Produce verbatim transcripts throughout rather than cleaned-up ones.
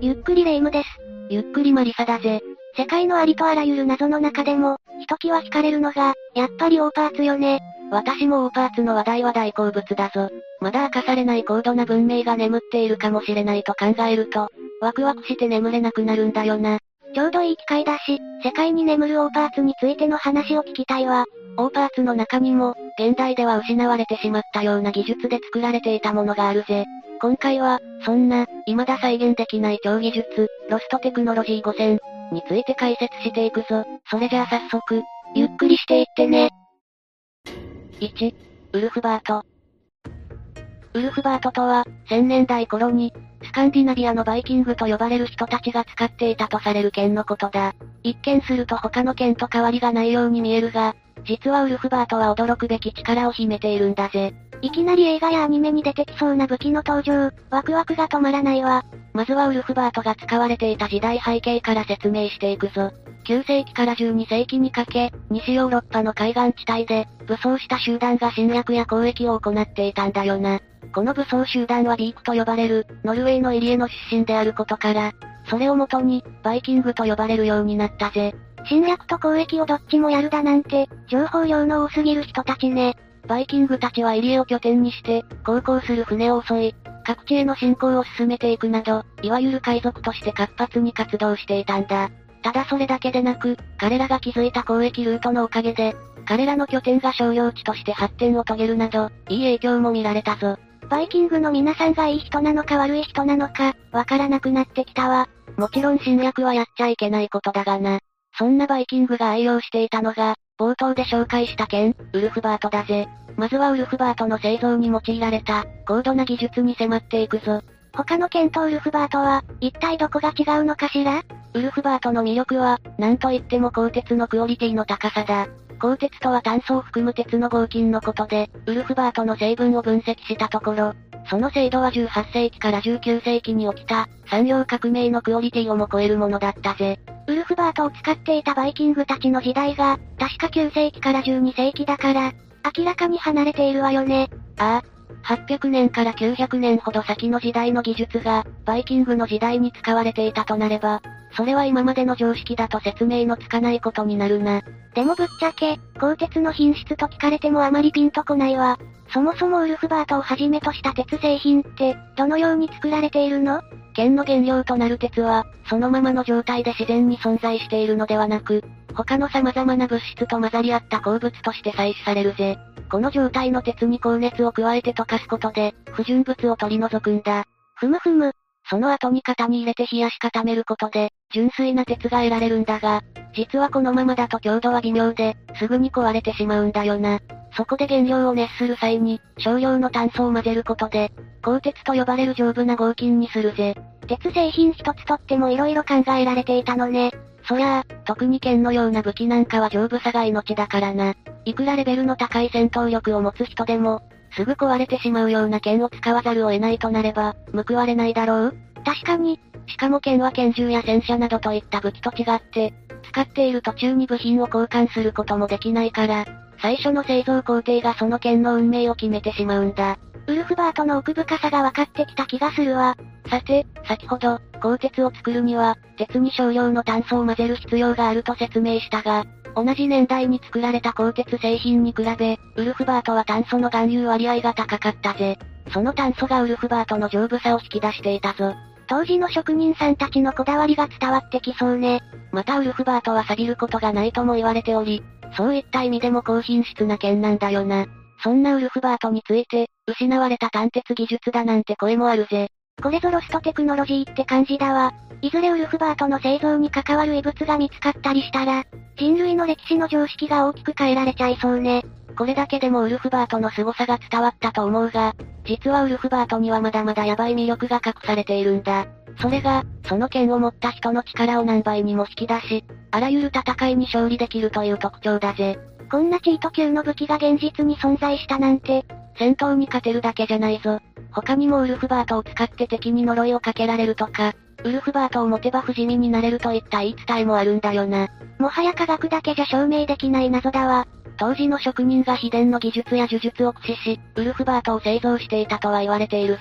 ゆっくりレ夢ムです。 ゆっくりマリサだぜ。 世界のありとあらゆる謎の中でも、ひときわ惹かれるのが、やっぱりオーパーツよね。 私もオーパーツの話題は大好物だぞ。まだ明かされない高度な文明が眠っているかもしれないと考えると、ワクワクして眠れなくなるんだよな。 ちょうどいい機会だし、世界に眠るオーパーツについての話を聞きたいわ。 オーパーツの中にも、現代では失われてしまったような技術で作られていたものがあるぜ。今回は、そんな、未だ再現できない超技術、ロストテクノロジーごせんについて解説していくぞ。それじゃあ早速、 ゆっくりしていってね。 いち、ウルフバート。ウルフバートとは、せんねんだい頃に、スカンディナビアのバイキングと呼ばれる人たちが使っていたとされる剣のことだ。一見すると他の剣と変わりがないように見えるが、実はウルフバートは驚くべき力を秘めているんだぜ。 いきなり映画やアニメに出てきそうな武器の登場、ワクワクが止まらないわ。 まずはウルフバートが使われていた時代背景から説明していくぞ。きゅうせいきからじゅうにせいきにかけ、西ヨーロッパの海岸地帯で、武装した集団が侵略や攻撃を行っていたんだよな。この武装集団はビークと呼ばれる、ノルウェーの入り江の出身であることから、それをもとに、バイキングと呼ばれるようになったぜ。 侵略と攻撃をどっちもやるだなんて、情報量の多すぎる人たちね。 バイキングたちは入り江を拠点にして、航行する船を襲い、各地への侵攻を進めていくなど、いわゆる海賊として活発に活動していたんだ。ただそれだけでなく、彼らが築いた交易ルートのおかげで、彼らの拠点が商業地として発展を遂げるなど、いい影響も見られたぞ。 バイキングの皆さんがいい人なのか悪い人なのか、わからなくなってきたわ。 もちろん侵略はやっちゃいけないことだがな。そんなバイキングが愛用していたのが、冒頭で紹介した剣、ウルフバートだぜ。まずはウルフバートの製造に用いられた、高度な技術に迫っていくぞ。 他の剣とウルフバートは、一体どこが違うのかしら？ ウルフバートの魅力は、なんといっても鋼鉄のクオリティの高さだ。鋼鉄とは炭素を含む鉄の合金のことで、ウルフバートの成分を分析したところ、その精度はじゅうはっせいきからじゅうきゅうせいきに起きた、産業革命のクオリティをも超えるものだったぜ。 ウルフバートを使っていたバイキングたちの時代が、確かきゅうせいきからじゅうにせいきだから、明らかに離れているわよね。 ああ。はっぴゃくねんからきゅうひゃくねんほど先の時代の技術が、バイキングの時代に使われていたとなれば、それは今までの常識だと説明のつかないことになるな。 でもぶっちゃけ、鋼鉄の品質と聞かれてもあまりピンとこないわ。そもそもウルフバートをはじめとした鉄製品って、どのように作られているの？ 剣の原料となる鉄は、そのままの状態で自然に存在しているのではなく、他の様々な物質と混ざり合った鉱物として採取されるぜ。この状態の鉄に高熱を加えて溶かすことで、不純物を取り除くんだ。 ふむふむ。 その後に型に入れて冷やし固めることで、純粋な鉄が得られるんだが、実はこのままだと強度は微妙で、すぐに壊れてしまうんだよな。そこで原料を熱する際に、少量の炭素を混ぜることで、鋼鉄と呼ばれる丈夫な合金にするぜ。 鉄製品一つとっても色々考えられていたのね。 そりゃあ、特に剣のような武器なんかは丈夫さが命だからな。いくらレベルの高い戦闘力を持つ人でも、すぐ壊れてしまうような剣を使わざるを得ないとなれば、報われないだろう？ 確かに。 しかも剣は拳銃や戦車などといった武器と違って、使っている途中に部品を交換することもできないから、最初の製造工程がその剣の運命を決めてしまうんだ。 ウルフバートの奥深さが分かってきた気がするわ。 さて、先ほど、鋼鉄を作るには、鉄に少量の炭素を混ぜる必要があると説明したが、同じ年代に作られた鋼鉄製品に比べ、ウルフバートは炭素の含有割合が高かったぜ。その炭素がウルフバートの丈夫さを引き出していたぞ。 当時の職人さんたちのこだわりが伝わってきそうね。 またウルフバートは錆びることがないとも言われており、そういった意味でも高品質な剣なんだよな。そんなウルフバートについて、失われた単鉄技術だなんて声もあるぜ。 これぞロストテクノロジーって感じだわ。いずれウルフバートの製造に関わる異物が見つかったりしたら、人類の歴史の常識が大きく変えられちゃいそうね。 これだけでもウルフバートの凄さが伝わったと思うが、実はウルフバートにはまだまだヤバい魅力が隠されているんだ。それが、その剣を持った人の力を何倍にも引き出し、あらゆる戦いに勝利できるという特徴だぜ。 こんなチート級の武器が現実に存在したなんて、 戦闘に勝てるだけじゃないぞ。他にもウルフバートを使って敵に呪いをかけられるとか、ウルフバートを持てば不死身になれるといった言い伝えもあるんだよな。 もはや科学だけじゃ証明できない謎だわ。 当時の職人が秘伝の技術や呪術を駆使し、ウルフバートを製造していたとは言われているぜ。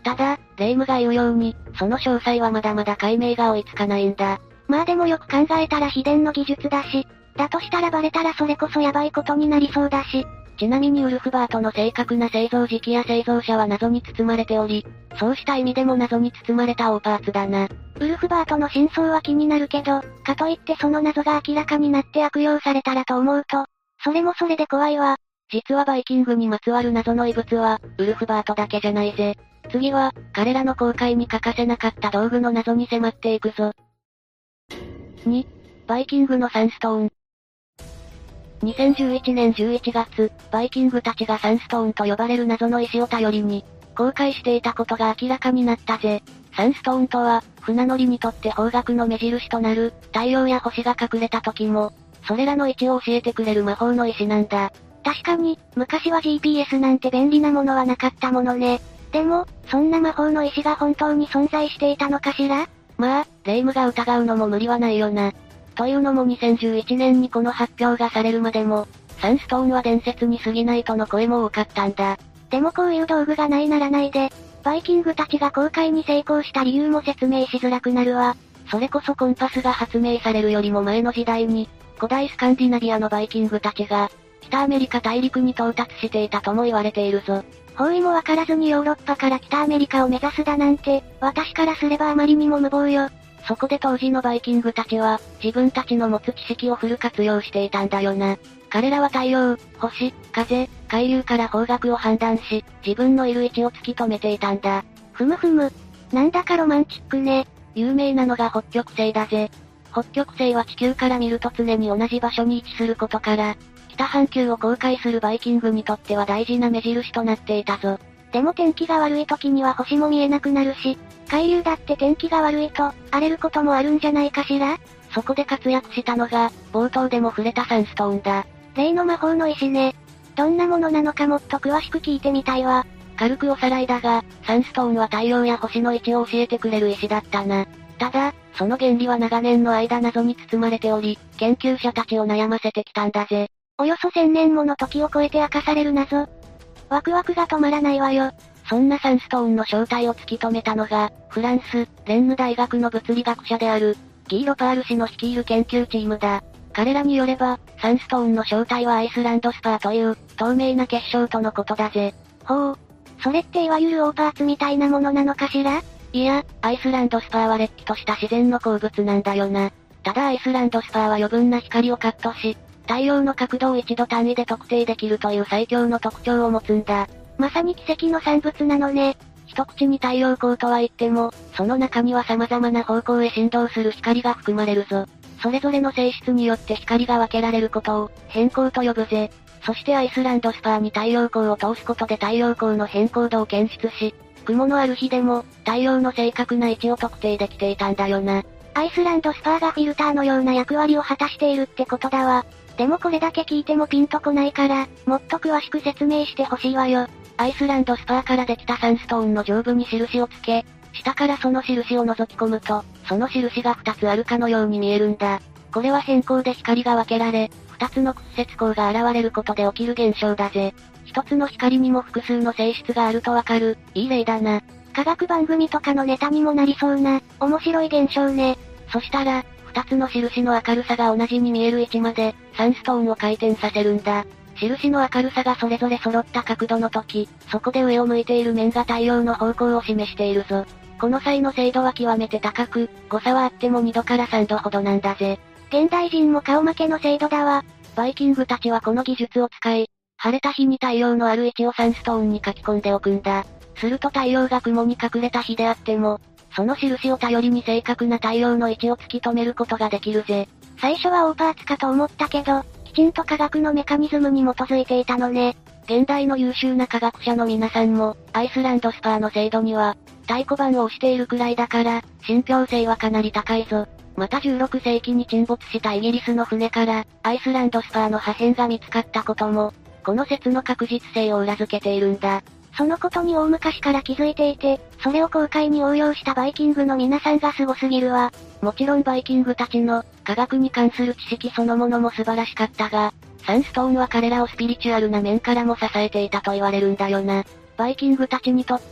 ただ、レイムが言うように、その詳細はまだまだ解明が追いつかないんだ。 まあでもよく考えたら秘伝の技術だし、だとしたらバレたらそれこそヤバいことになりそうだし。 ちなみにウルフバートの正確な製造時期や製造者は謎に包まれており、そうした意味でも謎に包まれたオーパーツだな。 ウルフバートの真相は気になるけど、かといってその謎が明らかになって悪用されたらと思うと、それもそれで怖いわ。 実はバイキングにまつわる謎の遺物は、ウルフバートだけじゃないぜ。次は、彼らの航海に欠かせなかった道具の謎に迫っていくぞ。に、バイキングのサンストーン。にせんじゅういちねんじゅういちがつ、バイキングたちがサンストーンと呼ばれる謎の石を頼りに、航海していたことが明らかになったぜ。サンストーンとは、船乗りにとって方角の目印となる、太陽や星が隠れた時も、それらの位置を教えてくれる魔法の石なんだ。 確かに、昔は ジーピーエス なんて便利なものはなかったものね。でも、そんな魔法の石が本当に存在していたのかしら？ まあ、レイムが疑うのも無理はないよな。というのもにせんじゅういちねんにこの発表がされるまでも、サンストーンは伝説に過ぎないとの声も多かったんだ。 でもこういう道具がないならないで、バイキングたちが航海に成功した理由も説明しづらくなるわ。 それこそコンパスが発明されるよりも前の時代に、古代スカンディナビアのバイキングたちが、北アメリカ大陸に到達していたとも言われているぞ。 方位もわからずにヨーロッパから北アメリカを目指すだなんて、私からすればあまりにも無謀よ。 そこで当時のバイキングたちは、自分たちの持つ知識をフル活用していたんだよな。彼らは太陽、星、風、海流から方角を判断し、自分のいる位置を突き止めていたんだ。 ふむふむ。なんだかロマンチックね。 有名なのが北極星だぜ。北極星は地球から見ると常に同じ場所に位置することから、北半球を航海するバイキングにとっては大事な目印となっていたぞ。 でも天気が悪い時には星も見えなくなるし、海流だって天気が悪いと、荒れることもあるんじゃないかしら？ そこで活躍したのが、冒頭でも触れたサンストーンだ。 例の魔法の石ね。どんなものなのかもっと詳しく聞いてみたいわ。 軽くおさらいだが、サンストーンは太陽や星の位置を教えてくれる石だったな。ただ、その原理は長年の間謎に包まれており、研究者たちを悩ませてきたんだぜ。 およそ千年もの時を超えて明かされる謎。ワクワクが止まらないわよ。 そんなサンストーンの正体を突き止めたのが、フランス、レンヌ大学の物理学者である、ギー・ロパール氏の率いる研究チームだ。彼らによれば、サンストーンの正体はアイスランドスパーという、透明な結晶とのことだぜ。 ほう。それっていわゆるオーパーツみたいなものなのかしら？ いや、アイスランドスパーはれっきとした自然の鉱物なんだよな。ただアイスランドスパーは余分な光をカットし、太陽の角度を一度単位で特定できるという最強の特徴を持つんだ。 まさに奇跡の産物なのね。 一口に太陽光とは言っても、その中には様々な方向へ振動する光が含まれるぞ。それぞれの性質によって光が分けられることを、変光と呼ぶぜ。そしてアイスランドスパーに太陽光を通すことで太陽光の変光度を検出し、雲のある日でも、太陽の正確な位置を特定できていたんだよな。 アイスランドスパーがフィルターのような役割を果たしているってことだわ。でもこれだけ聞いてもピンとこないから、もっと詳しく説明してほしいわよ。 アイスランドスパーからできたサンストーンの上部に印をつけ、下からその印を覗き込むと、その印が二つあるかのように見えるんだ。これは変光で光が分けられ、二つの屈折光が現れることで起きる現象だぜ。一つの光にも複数の性質があるとわかる、いい例だな。 科学番組とかのネタにもなりそうな、面白い現象ね。 そしたら、二つの印の明るさが同じに見える位置まで、サンストーンを回転させるんだ。印の明るさがそれぞれ揃った角度の時、そこで上を向いている面が太陽の方向を示しているぞ。この際の精度は極めて高く、誤差はあってもにどからさんどほどなんだぜ。 現代人も顔負けの精度だわ。 バイキングたちはこの技術を使い、晴れた日に太陽のある位置をサンストーンに書き込んでおくんだ。すると太陽が雲に隠れた日であっても、その印を頼りに正確な太陽の位置を突き止めることができるぜ。 最初はオーパーツかと思ったけど、きちんと科学のメカニズムに基づいていたのね。 現代の優秀な科学者の皆さんも、アイスランドスパーの精度には、太鼓判を押しているくらいだから、信憑性はかなり高いぞ。またじゅうろくせいきに沈没したイギリスの船から、アイスランドスパーの破片が見つかったことも、この説の確実性を裏付けているんだ。 そのことに大昔から気づいていて、それを航海に応用したバイキングの皆さんが凄すぎるわ。 もちろんバイキングたちの、科学に関する知識そのものも素晴らしかったが、サンストーンは彼らをスピリチュアルな面からも支えていたと言われるんだよな。バイキングたちにとって、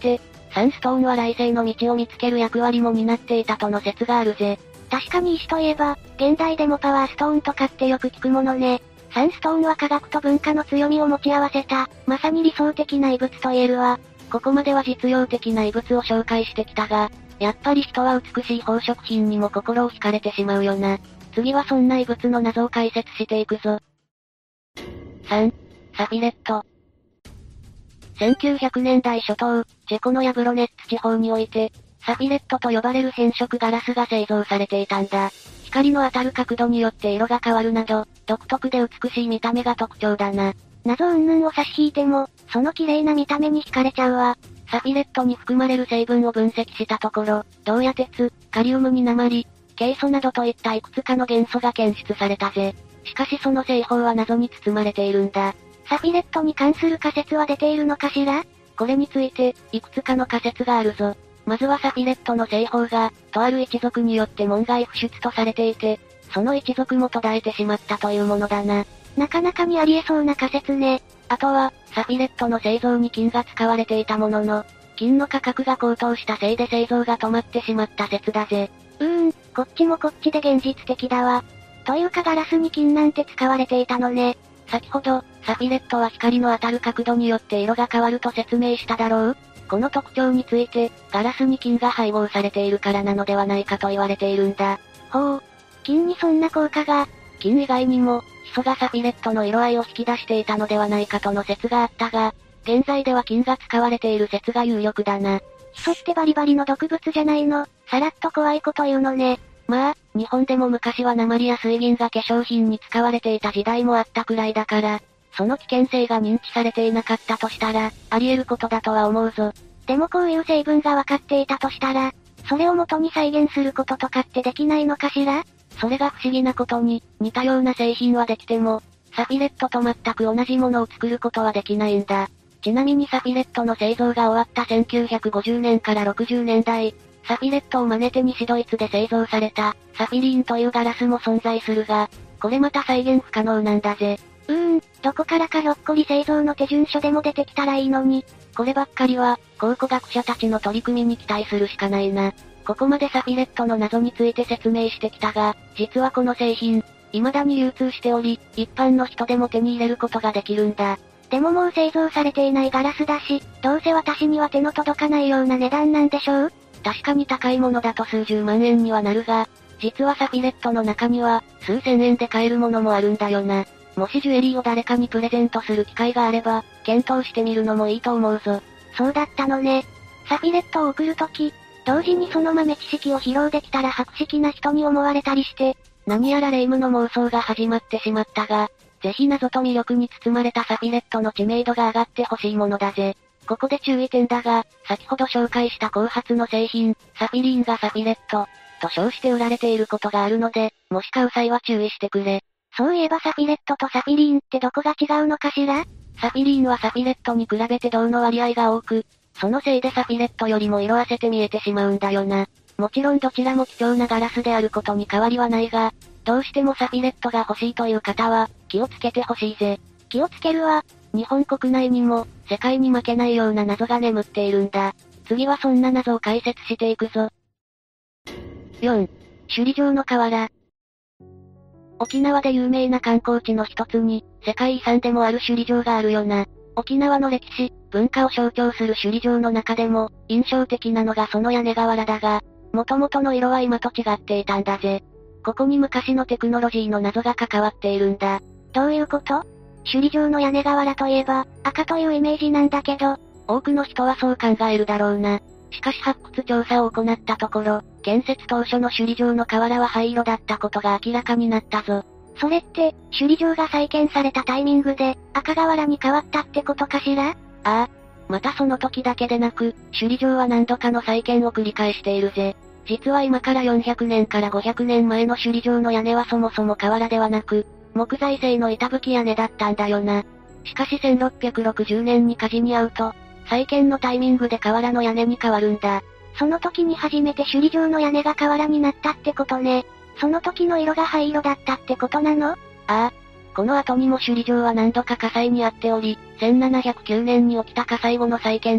サンストーンは来世の道を見つける役割も担っていたとの説があるぜ。 確かに石といえば、現代でもパワーストーンとかってよく聞くものね。サンストーンは科学と文化の強みを持ち合わせた、まさに理想的な遺物と言えるわ。 ここまでは実用的な遺物を紹介してきたが、やっぱり人は美しい宝飾品にも心を惹かれてしまうよな。次はそんな遺物の謎を解説していくぞ。さん. サフィレット。せんきゅうひゃくねんだい初頭、チェコのヤブロネッツ地方において、サフィレットと呼ばれる変色ガラスが製造されていたんだ。光の当たる角度によって色が変わるなど、独特で美しい見た目が特徴だな。 謎云々を差し引いても、その綺麗な見た目に惹かれちゃうわ。 サフィレットに含まれる成分を分析したところ、銅や鉄、カリウムに鉛、ケイ素などといったいくつかの元素が検出されたぜ。しかしその製法は謎に包まれているんだ。 サフィレットに関する仮説は出ているのかしら？ これについて、いくつかの仮説があるぞ。まずはサフィレットの製法が、とある一族によって門外不出とされていて、その一族も途絶えてしまったというものだな。 なかなかにありえそうな仮説ね。 あとは、サフィレットの製造に金が使われていたものの、金の価格が高騰したせいで製造が止まってしまった説だぜ。 うーん、こっちもこっちで現実的だわ。というかガラスに金なんて使われていたのね。 先ほど、サフィレットは光の当たる角度によって色が変わると説明しただろう？この特徴について、ガラスに金が配合されているからなのではないかと言われているんだ。 ほう。金にそんな効果が？ 金以外にも、ヒ素がサフィレットの色合いを引き出していたのではないかとの説があったが、現在では金が使われている説が有力だな。 ヒ素ってバリバリの毒物じゃないの？さらっと怖いこと言うのね。 まあ、日本でも昔は鉛や水銀が化粧品に使われていた時代もあったくらいだから、その危険性が認知されていなかったとしたら、あり得ることだとは思うぞ。 でもこういう成分が分かっていたとしたら、それを元に再現することとかってできないのかしら？ それが不思議なことに、似たような製品はできても、サフィレットと全く同じものを作ることはできないんだ。ちなみにサフィレットの製造が終わったせんきゅうひゃくごじゅうねんからろくじゅうねんだい、サフィレットを真似て西ドイツで製造された、サフィリーンというガラスも存在するが、これまた再現不可能なんだぜ。 うーん、どこからかひょっこり製造の手順書でも出てきたらいいのに。 こればっかりは、考古学者たちの取り組みに期待するしかないな。ここまでサフィレットの謎について説明してきたが、実はこの製品、未だに流通しており、一般の人でも手に入れることができるんだ。 でももう製造されていないガラスだし、どうせ私には手の届かないような値段なんでしょう？ 確かに高いものだと数十万円にはなるが、実はサフィレットの中には、数千円で買えるものもあるんだよな。もしジュエリーを誰かにプレゼントする機会があれば、検討してみるのもいいと思うぞ。 そうだったのね。サフィレットを送るとき、同時にその豆知識を披露できたら博識な人に思われたりして、 何やら霊夢の妄想が始まってしまったが、ぜひ謎と魅力に包まれたサフィレットの知名度が上がってほしいものだぜ。ここで注意点だが、先ほど紹介した後発の製品、サフィリーンがサフィレット、と称して売られていることがあるので、もし買う際は注意してくれ。 そういえばサフィレットとサフィリーンってどこが違うのかしら？ サフィリーンはサフィレットに比べて銅の割合が多く、そのせいでサフィレットよりも色あせて見えてしまうんだよな。もちろんどちらも貴重なガラスであることに変わりはないが、どうしてもサフィレットが欲しいという方は、気をつけてほしいぜ。 気をつけるわ。 日本国内にも、世界に負けないような謎が眠っているんだ。次はそんな謎を解説していくぞ。よん. 首里城の瓦。沖縄で有名な観光地の一つに、世界遺産でもある首里城があるよな。沖縄の歴史、文化を象徴する首里城の中でも、印象的なのがその屋根瓦だが、元々の色は今と違っていたんだぜ。ここに昔のテクノロジーの謎が関わっているんだ。 どういうこと？首里城の屋根瓦といえば、赤というイメージなんだけど、 多くの人はそう考えるだろうな。しかし発掘調査を行ったところ、建設当初の首里城の瓦は灰色だったことが明らかになったぞ。 それって、首里城が再建されたタイミングで、赤瓦に変わったってことかしら？ ああ。またその時だけでなく、首里城は何度かの再建を繰り返しているぜ。実は今からよんひゃくねんからごひゃくねんまえの首里城の屋根はそもそも瓦ではなく、木材製の板吹き屋根だったんだよな。しかしせんろっぴゃくろくじゅうねんに火事に遭うと、再建のタイミングで瓦の屋根に変わるんだ。 その時に初めて首里城の屋根が瓦になったってことね。その時の色が灰色だったってことなの？ ああ。この後にも首里城は何度か火災に遭っており、せんななひゃくきゅうねんに起きた火災後の再建で、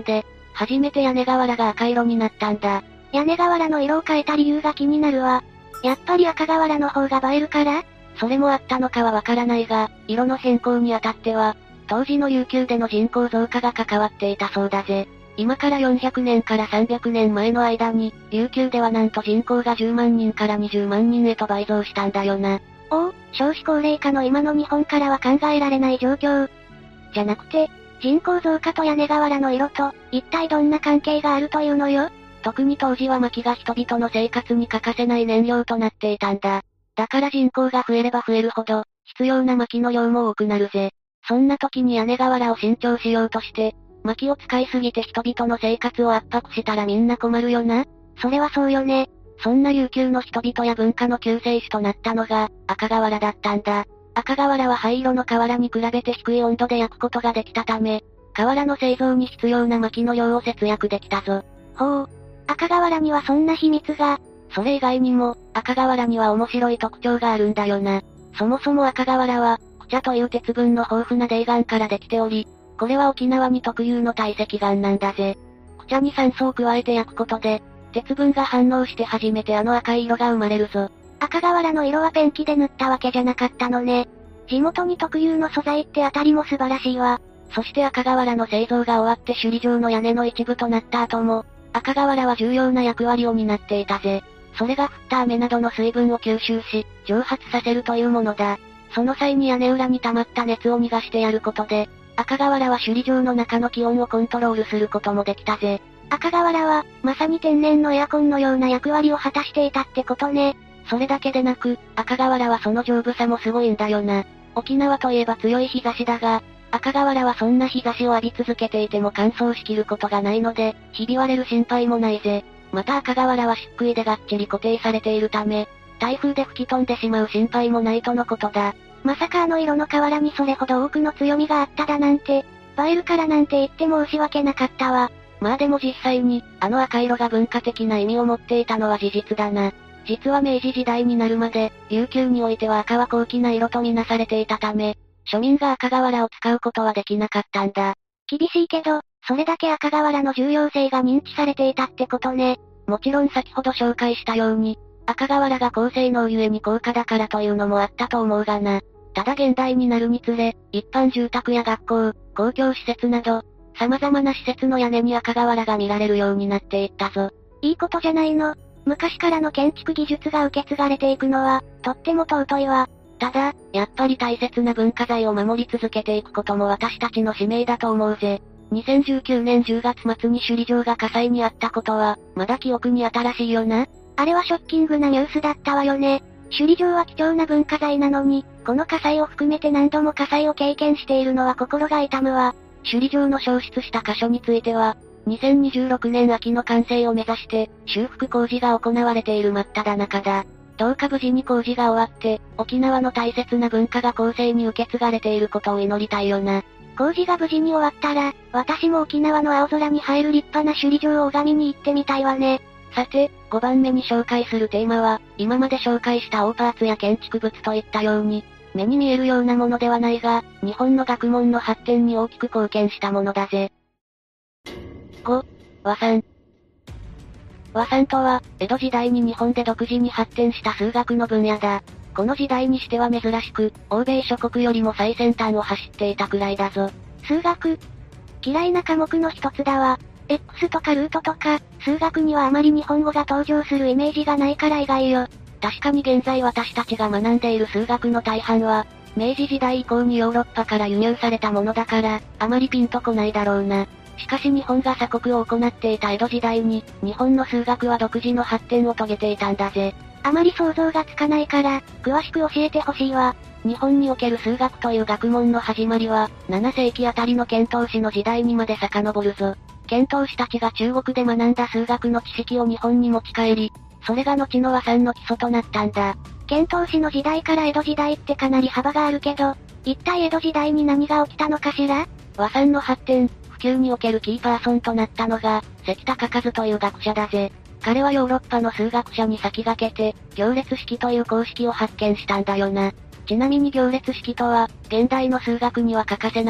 初めて屋根瓦が赤色になったんだ。 屋根瓦の色を変えた理由が気になるわ。やっぱり赤瓦の方が映えるから？ それもあったのかはわからないが、色の変更にあたっては、当時の琉球での人口増加が関わっていたそうだぜ。今からよんひゃくねんからさんびゃくねんまえの間に、琉球ではなんと人口がじゅうまんにんからにじゅうまんにんへと倍増したんだよな。 おお、少子高齢化の今の日本からは考えられない状況。じゃなくて、人口増加と屋根瓦の色と、一体どんな関係があるというのよ？ 特に当時は薪が人々の生活に欠かせない燃料となっていたんだ。だから人口が増えれば増えるほど、必要な薪の量も多くなるぜ。そんな時に屋根瓦を新調しようとして、薪を使いすぎて人々の生活を圧迫したらみんな困るよな。 それはそうよね。 そんな琉球の人々や文化の救世主となったのが、赤瓦だったんだ。赤瓦は灰色の瓦に比べて低い温度で焼くことができたため、瓦の製造に必要な薪の量を節約できたぞ。 ほう。赤瓦にはそんな秘密が。 それ以外にも、赤瓦には面白い特徴があるんだよな。そもそも赤瓦は、クチャという鉄分の豊富な泥岩からできており、これは沖縄に特有の堆積岩なんだぜ。クチャに酸素を加えて焼くことで、鉄分が反応して初めてあの赤い色が生まれるぞ。 赤瓦の色はペンキで塗ったわけじゃなかったのね。地元に特有の素材ってあたりも素晴らしいわ。 そして赤瓦の製造が終わって首里城の屋根の一部となった後も、赤瓦は重要な役割を担っていたぜ。それが降った雨などの水分を吸収し、蒸発させるというものだ。その際に屋根裏に溜まった熱を逃がしてやることで、赤瓦は首里城の中の気温をコントロールすることもできたぜ。 赤瓦は、まさに天然のエアコンのような役割を果たしていたってことね。 それだけでなく、赤瓦はその丈夫さもすごいんだよな。沖縄といえば強い日差しだが、赤瓦はそんな日差しを浴び続けていても乾燥しきることがないので、ひび割れる心配もないぜ。また赤瓦は漆喰でがっちり固定されているため、台風で吹き飛んでしまう心配もないとのことだ。 まさかあの色の瓦にそれほど多くの強みがあっただなんて、映えるからなんて言って申し訳なかったわ。 まあでも実際に、あの赤色が文化的な意味を持っていたのは事実だな。実は明治時代になるまで、琉球においては赤は高貴な色とみなされていたため、庶民が赤瓦を使うことはできなかったんだ。 厳しいけど、それだけ赤瓦の重要性が認知されていたってことね。 もちろん先ほど紹介したように、赤瓦が高性能ゆえに高価だからというのもあったと思うがな。ただ現代になるにつれ、一般住宅や学校、公共施設など、様々な施設の屋根に赤瓦が見られるようになっていったぞ。 いいことじゃないの。昔からの建築技術が受け継がれていくのは、とっても尊いわ。 ただ、やっぱり大切な文化財を守り続けていくことも私たちの使命だと思うぜ。にせんじゅうきゅうねんじゅうがつ末に首里城が火災にあったことは、まだ記憶に新しいよな。 あれはショッキングなニュースだったわよね。首里城は貴重な文化財なのに、この火災を含めて何度も火災を経験しているのは心が痛むわ。 首里城の焼失した箇所については、にせんにじゅうろくねん秋の完成を目指して、修復工事が行われている真っ只中だ。どうか無事に工事が終わって、沖縄の大切な文化が後世に受け継がれていることを祈りたいよな。 工事が無事に終わったら、私も沖縄の青空に映える立派な首里城を拝みに行ってみたいわね。 さて、ごばんめに紹介するテーマは、今まで紹介した大パーツや建築物といったように、目に見えるようなものではないが、日本の学問の発展に大きく貢献したものだぜ。ご、和算。和算とは、江戸時代に日本で独自に発展した数学の分野だ。この時代にしては珍しく、欧米諸国よりも最先端を走っていたくらいだぞ。 数学。嫌いな科目の一つだわ。X とかルートとか、数学にはあまり日本語が登場するイメージがないから意外よ。 確かに現在私たちが学んでいる数学の大半は、明治時代以降にヨーロッパから輸入されたものだから、あまりピンとこないだろうな。しかし日本が鎖国を行っていた江戸時代に、日本の数学は独自の発展を遂げていたんだぜ。 あまり想像がつかないから、詳しく教えてほしいわ。 日本における数学という学問の始まりは、ななせいきあたりの遣唐使の時代にまで遡るぞ。遣唐使たちが中国で学んだ数学の知識を日本に持ち帰り、それが後の和算の基礎となったんだ。 遣唐使の時代から江戸時代ってかなり幅があるけど、一体江戸時代に何が起きたのかしら？ 和算の発展、普及におけるキーパーソンとなったのが、関田嘉数という学者だぜ。彼はヨーロッパの数学者に先駆けて、行列式という公式を発見したんだよな。ちなみに行列式とは、現代の数学には欠かせない、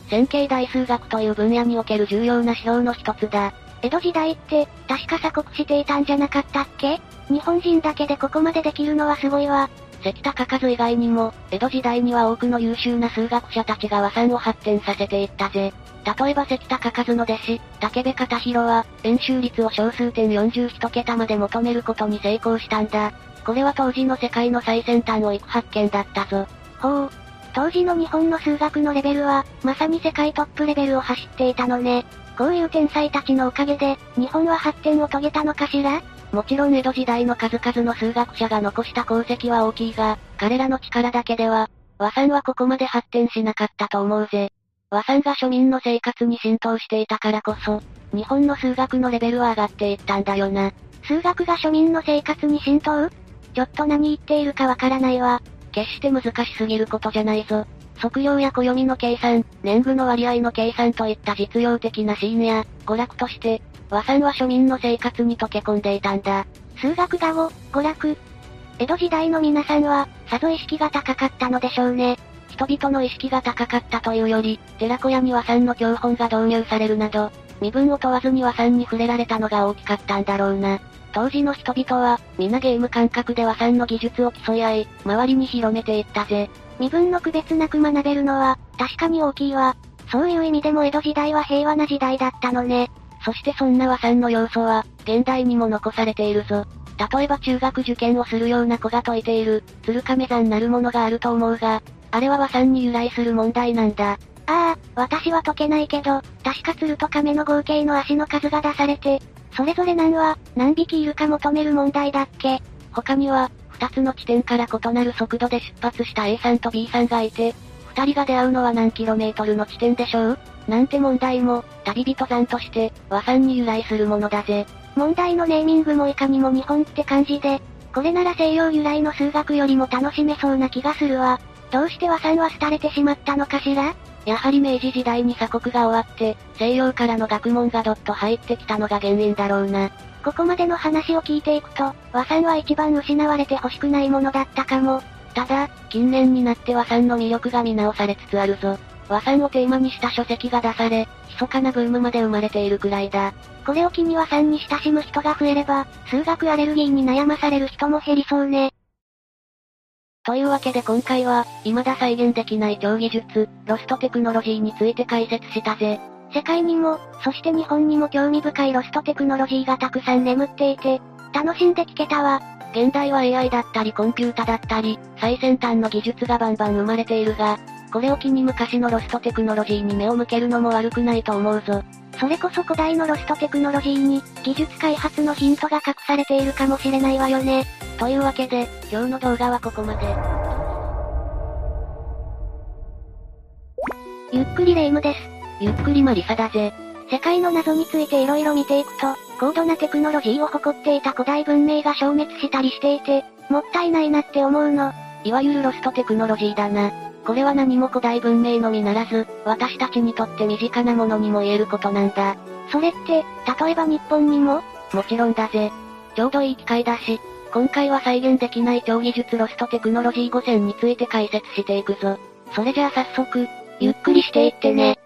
線形代数学という分野における重要な指標の一つだ。 江戸時代って、確か鎖国していたんじゃなかったっけ？日本人だけでここまでできるのはすごいわ。 関田嘉数以外にも、江戸時代には多くの優秀な数学者たちが和算を発展させていったぜ。例えば関田嘉数の弟子、武部片広は、円周率を小数点よんじゅういち桁まで求めることに成功したんだ。これは当時の世界の最先端を行く発見だったぞ。 ほう。当時の日本の数学のレベルは、まさに世界トップレベルを走っていたのね。こういう天才たちのおかげで、日本は発展を遂げたのかしら？ もちろん江戸時代の数々の数学者が残した功績は大きいが、彼らの力だけでは、和算はここまで発展しなかったと思うぜ。和算が庶民の生活に浸透していたからこそ、日本の数学のレベルは上がっていったんだよな。 数学が庶民の生活に浸透？ちょっと何言っているかわからないわ。 決して難しすぎることじゃないぞ。測量や暦の計算、年貢の割合の計算といった実用的なシーンや、娯楽として、和算は庶民の生活に溶け込んでいたんだ。 数学が語、娯楽。江戸時代の皆さんは、さぞ意識が高かったのでしょうね。 人々の意識が高かったというより、寺子屋に和算の教本が導入されるなど、身分を問わずに和算に触れられたのが大きかったんだろうな。当時の人々は、皆ゲーム感覚で和算の技術を競い合い、周りに広めていったぜ。 身分の区別なく学べるのは、確かに大きいわ。そういう意味でも江戸時代は平和な時代だったのね。 そしてそんな和算の要素は、現代にも残されているぞ。例えば中学受験をするような子が解いている、鶴亀算なるものがあると思うが、あれは和算に由来する問題なんだ。 ああ、私は解けないけど、確か鶴と亀の合計の足の数が出されて、それぞれ何は、何匹いるか求める問題だっけ？ 他には、二つの地点から異なる速度で出発した A さんと B さんがいて、二人が出会うのは何キロメートルの地点でしょう？なんて問題も、旅人算として、和算に由来するものだぜ。 問題のネーミングもいかにも日本って感じで、これなら西洋由来の数学よりも楽しめそうな気がするわ。どうして和算は廃れてしまったのかしら？ やはり明治時代に鎖国が終わって、西洋からの学問がどっと入ってきたのが原因だろうな。 ここまでの話を聞いていくと、和算は一番失われてほしくないものだったかも。 ただ、近年になって和算の魅力が見直されつつあるぞ。和算をテーマにした書籍が出され、密かなブームまで生まれているくらいだ。 これを機に和算に親しむ人が増えれば、数学アレルギーに悩まされる人も減りそうね。 というわけで今回は、未だ再現できない超技術、ロストテクノロジーについて解説したぜ。 世界にも、そして日本にも興味深いロストテクノロジーがたくさん眠っていて、楽しんで聞けたわ。 現代は エーアイ だったりコンピュータだったり、最先端の技術がバンバン生まれているが、これを機に昔のロストテクノロジーに目を向けるのも悪くないと思うぞ。 それこそ古代のロストテクノロジーに、技術開発のヒントが隠されているかもしれないわよね。 というわけで、今日の動画はここまで。 ゆっくりレ夢ムです。 ゆっくりマリサだぜ。 世界の謎について色々見ていくと、高度なテクノロジーを誇っていた古代文明が消滅したりしていて、もったいないなって思うの。 いわゆるロストテクノロジーだな。これは何も古代文明のみならず、私たちにとって身近なものにも言えることなんだ。 それって、例えば日本にも？ もちろんだぜ。ちょうどいい機会だし、今回は再現できない超技術ロストテクノロジーご選について解説していくぞ。それじゃあ早速、ゆっくりしていってね。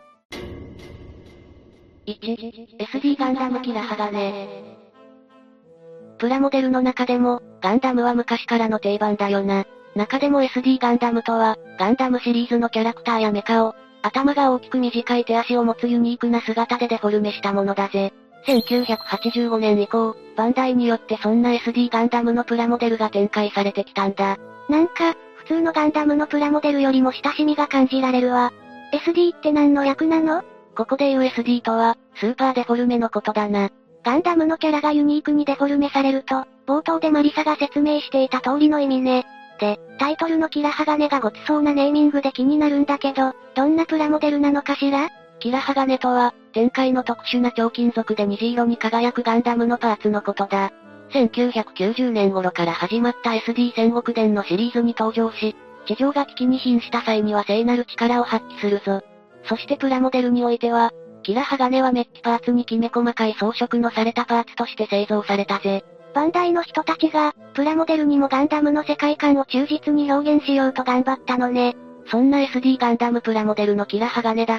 いち、エスディー ガンダムキラ鋼。プラモデルの中でも、ガンダムは昔からの定番だよな。中でも エスディー ガンダムとは、ガンダムシリーズのキャラクターやメカを、頭が大きく短い手足を持つユニークな姿でデフォルメしたものだぜ。せんきゅうひゃくはちじゅうごねん以降、バンダイによってそんな エスディー ガンダムのプラモデルが展開されてきたんだ。 なんか、普通のガンダムのプラモデルよりも親しみが感じられるわ。エスディー って何の略なの？ ここで言う エスディー とは、スーパーデフォルメのことだな。 ガンダムのキャラがユニークにデフォルメされると、冒頭でマリサが説明していた通りの意味ね。で、タイトルのキラ鋼がごつそうなネーミングで気になるんだけど、どんなプラモデルなのかしら？ キラ鋼とは、展開の特殊な超金属で虹色に輝くガンダムのパーツのことだ。せんきゅうひゃくきゅうじゅうねん頃から始まった エスディー 戦国伝のシリーズに登場し、地上が危機に瀕した際には聖なる力を発揮するぞ。そしてプラモデルにおいては、キラ鋼はメッキパーツにきめ細かい装飾のされたパーツとして製造されたぜ。 バンダイの人たちが、プラモデルにもガンダムの世界観を忠実に表現しようと頑張ったのね。 そんな エスディー ガンダムプラモデルのキラ鋼だが、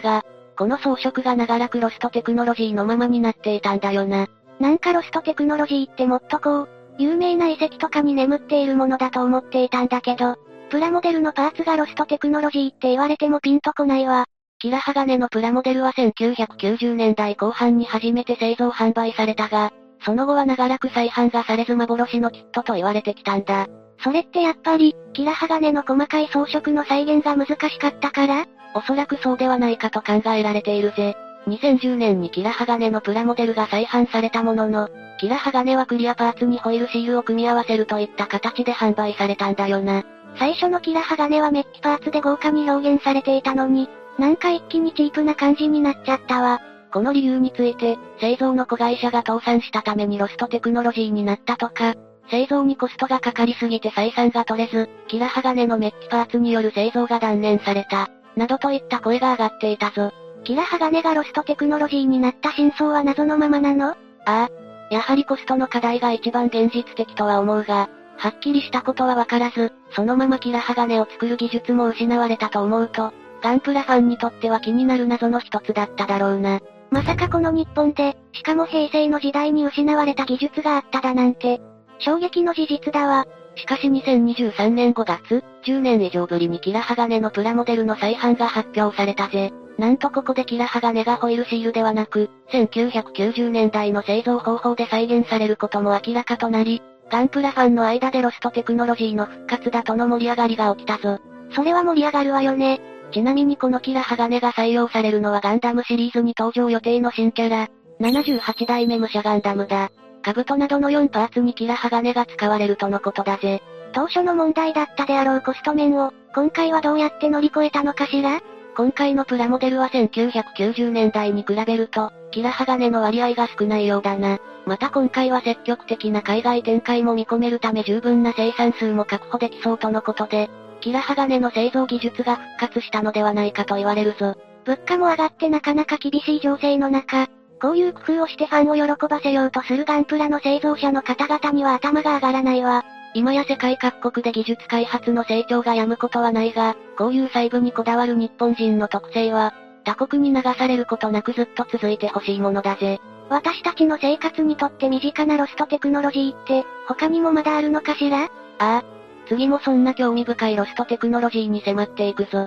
この装飾が長らくロストテクノロジーのままになっていたんだよな。 なんかロストテクノロジーってもっとこう、有名な遺跡とかに眠っているものだと思っていたんだけど、プラモデルのパーツがロストテクノロジーって言われてもピンとこないわ。 キラハガネのプラモデルはせんきゅうひゃくきゅうじゅうねんだいこう半に初めて製造販売されたが、その後は長らく再販がされず幻のキットと言われてきたんだ。 それってやっぱり、キラハガネの細かい装飾の再現が難しかったから？ おそらくそうではないかと考えられているぜ。にせんじゅうねんにキラハガネのプラモデルが再販されたものの、キラハガネはクリアパーツにホイールシールを組み合わせるといった形で販売されたんだよな。 最初のキラハガネはメッキパーツで豪華に表現されていたのに、なんか一気にチープな感じになっちゃったわ。 この理由について、製造の子会社が倒産したためにロストテクノロジーになったとか、製造にコストがかかりすぎて採算が取れず、キラハガネのメッキパーツによる製造が断念された、などといった声が上がっていたぞ。 キラハガネがロストテクノロジーになった真相は謎のままなの？ああ。やはりコストの課題が一番現実的とは思うが、はっきりしたことはわからず、そのままキラハガネを作る技術も失われたと思うと、ガンプラファンにとっては気になる謎の一つだっただろうな。 まさかこの日本で、しかも平成の時代に失われた技術があっただなんて、衝撃の事実だわ。 しかしにせんにじゅうさんねんごがつ、じゅうねん以上ぶりにキラハガネのプラモデルの再販が発表されたぜ。なんとここでキラハガネがホイールシールではなく、せんきゅうひゃくきゅうじゅうねんだいの製造方法で再現されることも明らかとなり、ガンプラファンの間でロストテクノロジーの復活だとの盛り上がりが起きたぞ。 それは盛り上がるわよね。 ちなみにこのキラハガネが採用されるのはガンダムシリーズに登場予定の新キャラ、ななじゅうはちだいめ武者ガンダムだ。兜などのよんパーツにキラハガネが使われるとのことだぜ。 当初の問題だったであろうコスト面を、今回はどうやって乗り越えたのかしら？ 今回のプラモデルはせんきゅうひゃくきゅうじゅうねんだいに比べると、キラハガネの割合が少ないようだな。また今回は積極的な海外展開も見込めるため十分な生産数も確保できそうとのことで、キラハガネの製造技術が復活したのではないかと言われるぞ。 物価も上がってなかなか厳しい情勢の中、こういう工夫をしてファンを喜ばせようとするガンプラの製造者の方々には頭が上がらないわ。 今や世界各国で技術開発の成長が止むことはないが、こういう細部にこだわる日本人の特性は、他国に流されることなくずっと続いてほしいものだぜ。 私たちの生活にとって身近なロストテクノロジーって、他にもまだあるのかしら？ ああ。次もそんな興味深いロストテクノロジーに迫っていくぞ。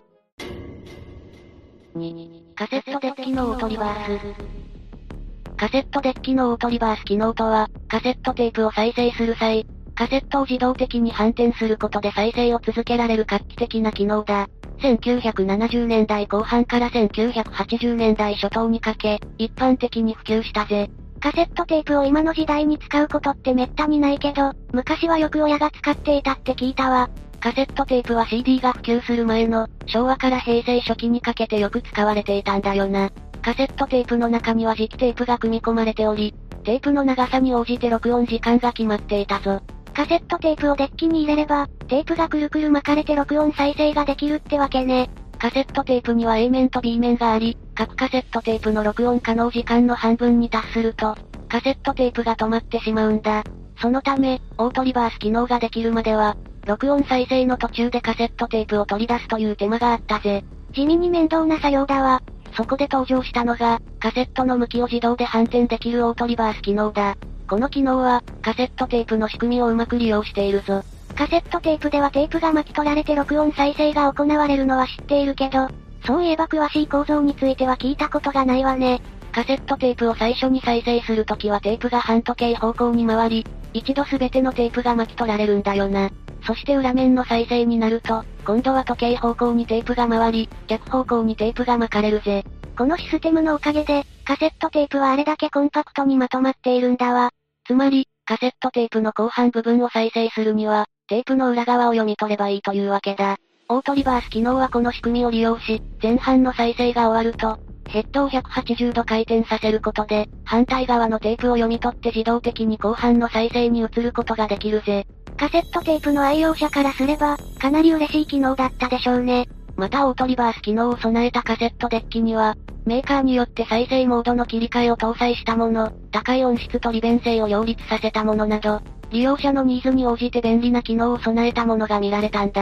に、カセットデッキのオートリバース。カセットデッキのオートリバース機能とは、カセットテープを再生する際、カセットを自動的に反転することで再生を続けられる画期的な機能だ。せんきゅうひゃくななじゅうねんだいこう半からせんきゅうひゃくはちじゅうねんだい初頭にかけ、一般的に普及したぜ。 カセットテープを今の時代に使うことってめったにないけど、昔はよく親が使っていたって聞いたわ。 カセットテープは シーディー が普及する前の、昭和から平成初期にかけてよく使われていたんだよな。カセットテープの中には磁気テープが組み込まれており、テープの長さに応じて録音時間が決まっていたぞ。 カセットテープをデッキに入れれば、テープがくるくる巻かれて録音再生ができるってわけね。 カセットテープには A 面と B 面があり、各カセットテープの録音可能時間の半分に達すると、カセットテープが止まってしまうんだ。そのため、オートリバース機能ができるまでは、録音再生の途中でカセットテープを取り出すという手間があったぜ。 地味に面倒な作業だわ。 そこで登場したのが、カセットの向きを自動で反転できるオートリバース機能だ。この機能は、カセットテープの仕組みをうまく利用しているぞ。 カセットテープではテープが巻き取られて録音再生が行われるのは知っているけど、そういえば詳しい構造については聞いたことがないわね。 カセットテープを最初に再生するときはテープが半時計方向に回り、一度すべてのテープが巻き取られるんだよな。そして裏面の再生になると、今度は時計方向にテープが回り、逆方向にテープが巻かれるぜ。 このシステムのおかげで、カセットテープはあれだけコンパクトにまとまっているんだわ。 つまり、カセットテープの後半部分を再生するには、テープの裏側を読み取ればいいというわけだ。オートリバース機能はこの仕組みを利用し、前半の再生が終わると、ヘッドをひゃくはちじゅうど回転させることで、反対側のテープを読み取って自動的に後半の再生に移ることができるぜ。 カセットテープの愛用者からすれば、かなり嬉しい機能だったでしょうね。 またオートリバース機能を備えたカセットデッキには、メーカーによって再生モードの切り替えを搭載したもの、高い音質と利便性を両立させたものなど、利用者のニーズに応じて便利な機能を備えたものが見られたんだ。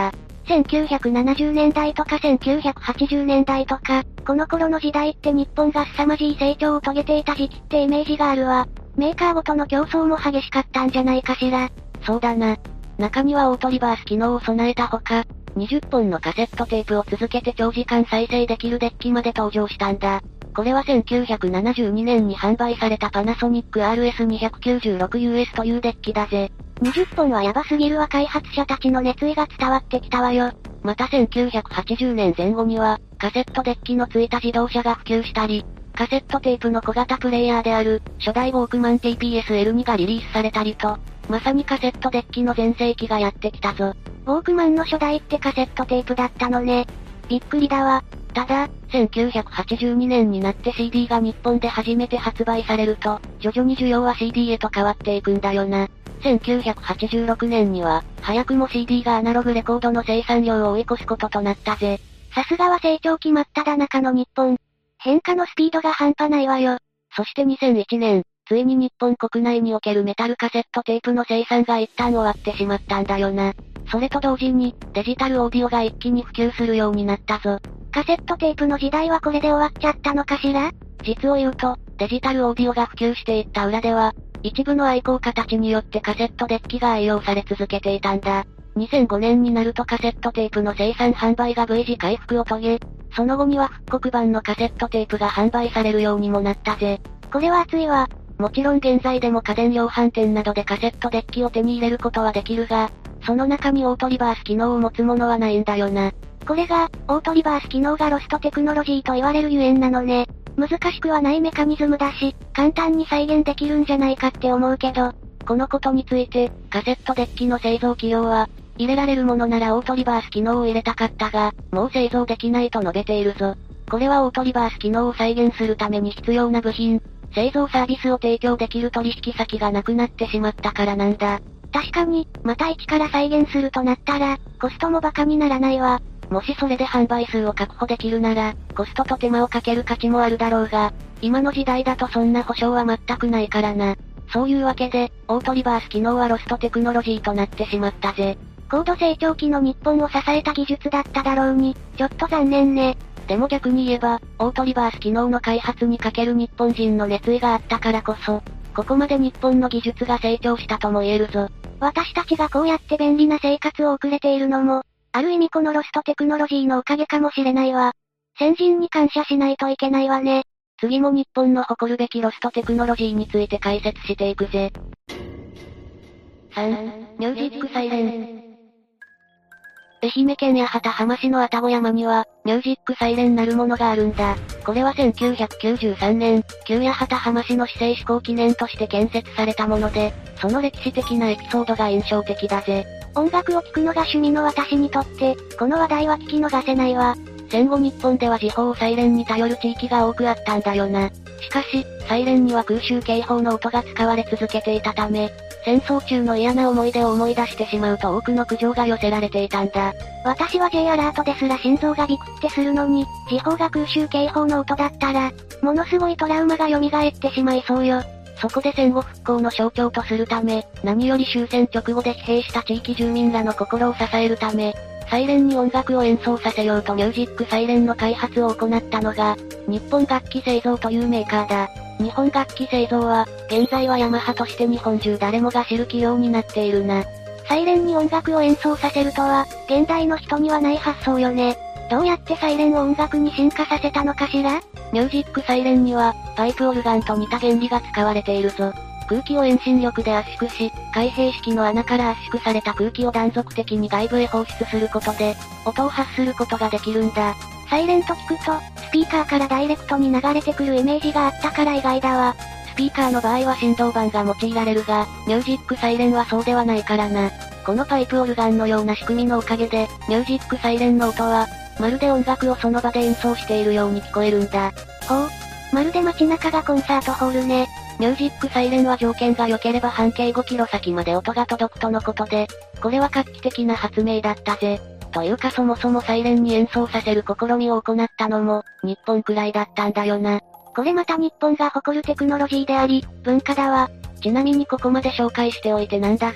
せんきゅうひゃくななじゅうねんだいとかせんきゅうひゃくはちじゅうねんだいとか、この頃の時代って日本が凄まじい成長を遂げていた時期ってイメージがあるわ。メーカーごとの競争も激しかったんじゃないかしら。 そうだな。中にはオートリバース機能を備えたほか、にじゅっぽんのカセットテープを続けて長時間再生できるデッキまで登場したんだ。これはせんきゅうひゃくななじゅうにねんに販売されたパナソニック アールエスにひゃくきゅうじゅうろくユーエス というデッキだぜ。 にじゅっぽんはヤバすぎるわ。開発者たちの熱意が伝わってきたわよ。 またせんきゅうひゃくはちじゅうねんぜん後には、カセットデッキのついた自動車が普及したり、カセットテープの小型プレイヤーである、初代ウォークマン ティーピーエスエルツー がリリースされたりと、まさにカセットデッキの全盛期がやってきたぞ。 ウォークマンの初代ってカセットテープだったのね。びっくりだわ。 ただ、せんきゅうひゃくはちじゅうにねんになって シーディー が日本で初めて発売されると、徐々に需要は シーディー へと変わっていくんだよな。せんきゅうひゃくはちじゅうろくねんには、早くも シーディー がアナログレコードの生産量を追い越すこととなったぜ。 さすがは成長期真っただ中の日本。変化のスピードが半端ないわよ。 そしてにせんいちねん、ついに日本国内におけるメタルカセットテープの生産が一旦終わってしまったんだよな。それと同時に、デジタルオーディオが一気に普及するようになったぞ。 カセットテープの時代はこれで終わっちゃったのかしら？ 実を言うと、デジタルオーディオが普及していった裏では、一部の愛好家たちによってカセットデッキが愛用され続けていたんだ。にせんごねんになるとカセットテープの生産販売が V 字回復を遂げ、その後には復刻版のカセットテープが販売されるようにもなったぜ。 これは熱いわ。 もちろん現在でも家電量販店などでカセットデッキを手に入れることはできるが、その中にオートリバース機能を持つものはないんだよな。 これが、オートリバース機能がロストテクノロジーと言われるゆえんなのね。難しくはないメカニズムだし、簡単に再現できるんじゃないかって思うけど、 このことについて、カセットデッキの製造企業は、入れられるものならオートリバース機能を入れたかったが、もう製造できないと述べているぞ。これはオートリバース機能を再現するために必要な部品、製造サービスを提供できる取引先がなくなってしまったからなんだ。 確かに、また一から再現するとなったら、コストもバカにならないわ。 もしそれで販売数を確保できるなら、コストと手間をかける価値もあるだろうが、今の時代だとそんな保証は全くないからな。そういうわけで、オートリバース機能はロストテクノロジーとなってしまったぜ。 高度成長期の日本を支えた技術だっただろうに、ちょっと残念ね。 でも逆に言えば、オートリバース機能の開発にかける日本人の熱意があったからこそ、ここまで日本の技術が成長したとも言えるぞ。 私たちがこうやって便利な生活を送れているのも、ある意味このロストテクノロジーのおかげかもしれないわ。先人に感謝しないといけないわね。 次も日本の誇るべきロストテクノロジーについて解説していくぜ。さん、ミュージックサイレン。愛媛県八幡浜市の愛宕山には、ミュージックサイレンなるものがあるんだ。これはせんきゅうひゃくきゅうじゅうさんねん、旧八幡浜市の市政施行記念として建設されたもので、その歴史的なエピソードが印象的だぜ。 音楽を聴くのが趣味の私にとって、この話題は聞き逃せないわ。 戦後日本では時報サイレンに頼る地域が多くあったんだよな。しかし、サイレンには空襲警報の音が使われ続けていたため、戦争中の嫌な思い出を思い出してしまうと多くの苦情が寄せられていたんだ。 私は J アラートですら心臓がビクってするのに、時報が空襲警報の音だったら、ものすごいトラウマが蘇ってしまいそうよ。 そこで戦後復興の象徴とするため、何より終戦直後で疲弊した地域住民らの心を支えるため、サイレンに音楽を演奏させようとミュージックサイレンの開発を行ったのが、日本楽器製造というメーカーだ。日本楽器製造は、現在はヤマハとして日本中誰もが知る企業になっているな。 サイレンに音楽を演奏させるとは、現代の人にはない発想よね。どうやってサイレンを音楽に進化させたのかしら？ ミュージックサイレンには、パイプオルガンと似た原理が使われているぞ。空気を遠心力で圧縮し、開閉式の穴から圧縮された空気を断続的に外部へ放出することで、音を発することができるんだ。 サイレンと聞くと、スピーカーからダイレクトに流れてくるイメージがあったから意外だわ。 スピーカーの場合は振動板が用いられるが、ミュージックサイレンはそうではないからな。このパイプオルガンのような仕組みのおかげで、ミュージックサイレンの音は、まるで音楽をその場で演奏しているように聞こえるんだ。 ほう。まるで街中がコンサートホールね。 ミュージックサイレンは条件が良ければ半径ごキロ先まで音が届くとのことで、これは画期的な発明だったぜ。というかそもそもサイレンに演奏させる試みを行ったのも、日本くらいだったんだよな。 これまた日本が誇るテクノロジーであり、文化だわ。 ちなみにここまで紹介しておいてなんだが、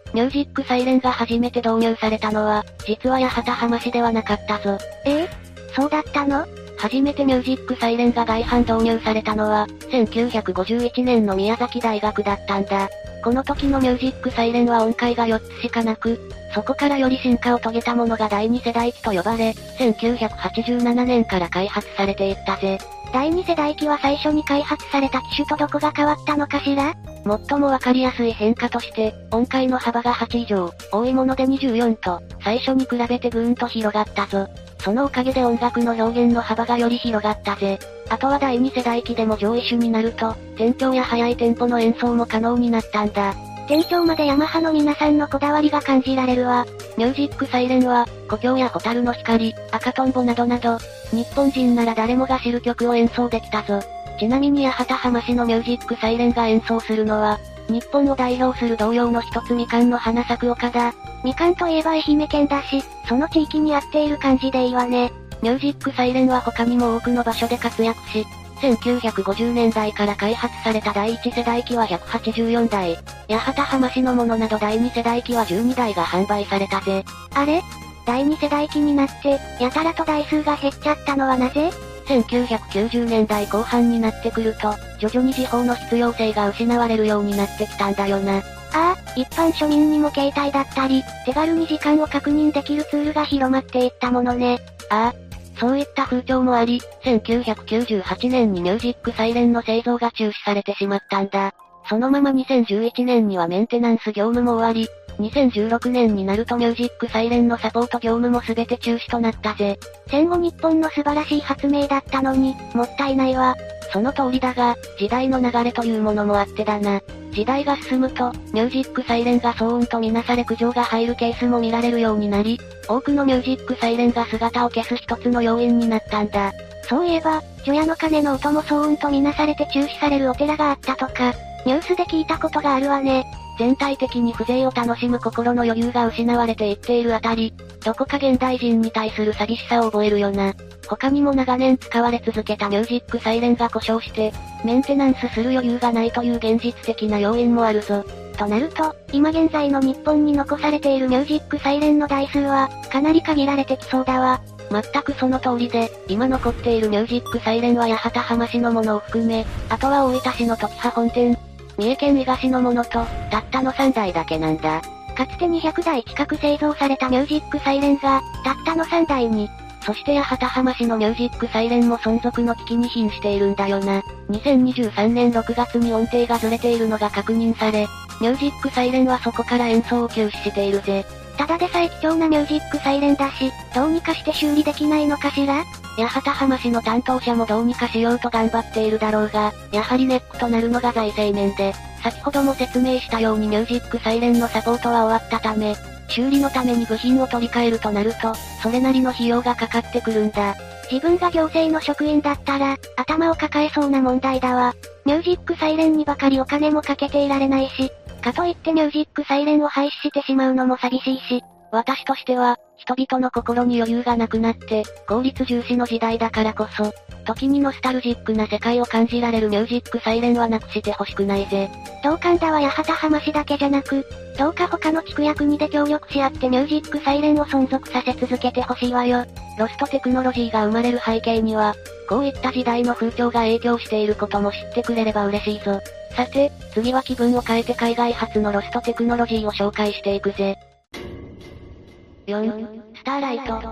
ミュージックサイレンが初めて導入されたのは、実は八幡浜市ではなかったぞ。 ええそうだったの？ 初めてミュージックサイレンが外販導入されたのは、せんきゅうひゃくごじゅういちねんの宮崎大学だったんだ。この時のミュージックサイレンは音階がよっつしかなく、そこからより進化を遂げたものが第二世代機と呼ばれ、せんきゅうひゃくはちじゅうななねんから開発されていったぜ。 第二世代機は最初に開発された機種とどこが変わったのかしら？ 最もわかりやすい変化として、音階の幅がはち以上、多いものでにじゅうよんと、最初に比べてぐーんと広がったぞ。そのおかげで音楽の表現の幅がより広がったぜ。あとは第二世代機でも上位種になると、転調や速いテンポの演奏も可能になったんだ。 転調までヤマハの皆さんのこだわりが感じられるわ。 ミュージックサイレンは、故郷や蛍の光、赤とんぼなどなど、日本人なら誰もが知る曲を演奏できたぞ。ちなみに八幡浜市のミュージックサイレンが演奏するのは、日本を代表する童謡の一つみかんの花咲く丘だ。 みかんといえば愛媛県だし、その地域に合っている感じでいいわね。 ミュージックサイレンは他にも多くの場所で活躍し、せんきゅうひゃくごじゅうねんだいから開発された第一世代機はひゃくはちじゅうよんだい、八幡浜市のものなど第二世代機はじゅうにだいが販売されたぜ。 あれ？第二世代機になって、やたらと台数が減っちゃったのはなぜ？ せんきゅうひゃくきゅうじゅうねんだいこう半になってくると、徐々に時報の必要性が失われるようになってきたんだよな。 ああ、一般庶民にも携帯だったり、手軽に時間を確認できるツールが広まっていったものね。 ああ、そういった風潮もあり、せんきゅうひゃくきゅうじゅうはちねんにミュージックサイレンの製造が中止されてしまったんだ。そのままにせんじゅういちねんにはメンテナンス業務も終わり、にせんじゅうろくねんになるとミュージックサイレンのサポート業務もすべて中止となったぜ。 戦後日本の素晴らしい発明だったのに、もったいないわ。 その通りだが、時代の流れというものもあってだな。時代が進むと、ミュージックサイレンが騒音とみなされ苦情が入るケースも見られるようになり、多くのミュージックサイレンが姿を消す一つの要因になったんだ。 そういえば、除夜の鐘の音も騒音とみなされて中止されるお寺があったとか、ニュースで聞いたことがあるわね。 全体的に風情を楽しむ心の余裕が失われていっているあたり、どこか現代人に対する寂しさを覚えるよな。他にも長年使われ続けたミュージックサイレンが故障して、メンテナンスする余裕がないという現実的な要因もあるぞ。 となると、今現在の日本に残されているミュージックサイレンの台数は、かなり限られてきそうだわ。 全くその通りで、今残っているミュージックサイレンは八幡浜市のものを含め、あとは大分市の時葉本店、三重県伊賀市のものと、たったのさんだいだけなんだ。 かつてにひゃくだい近く製造されたミュージックサイレンが、たったのさんだいに。 そして八幡浜市のミュージックサイレンも存続の危機に瀕しているんだよな。にせんにじゅうさんねんろくがつに音程がずれているのが確認され、ミュージックサイレンはそこから演奏を休止しているぜ。 ただでさえ貴重なミュージックサイレンだし、どうにかして修理できないのかしら？ 八幡浜市の担当者もどうにかしようと頑張っているだろうが、やはりネックとなるのが財政面で、先ほども説明したようにミュージックサイレンのサポートは終わったため、修理のために部品を取り替えるとなると、それなりの費用がかかってくるんだ。 自分が行政の職員だったら、頭を抱えそうな問題だわ。ミュージックサイレンにばかりお金もかけていられないし、かといってミュージックサイレンを廃止してしまうのも寂しいし、 私としては、人々の心に余裕がなくなって、効率重視の時代だからこそ、時にノスタルジックな世界を感じられるミュージックサイレンはなくしてほしくないぜ。 同感だわ。八幡浜市だけじゃなく、どうか他の地区や国で協力し合ってミュージックサイレンを存続させ続けてほしいわよ。 ロストテクノロジーが生まれる背景には、こういった時代の風潮が影響していることも知ってくれれば嬉しいぞ。さて、次は気分を変えて海外発のロストテクノロジーを紹介していくぜ。よん、スターライト。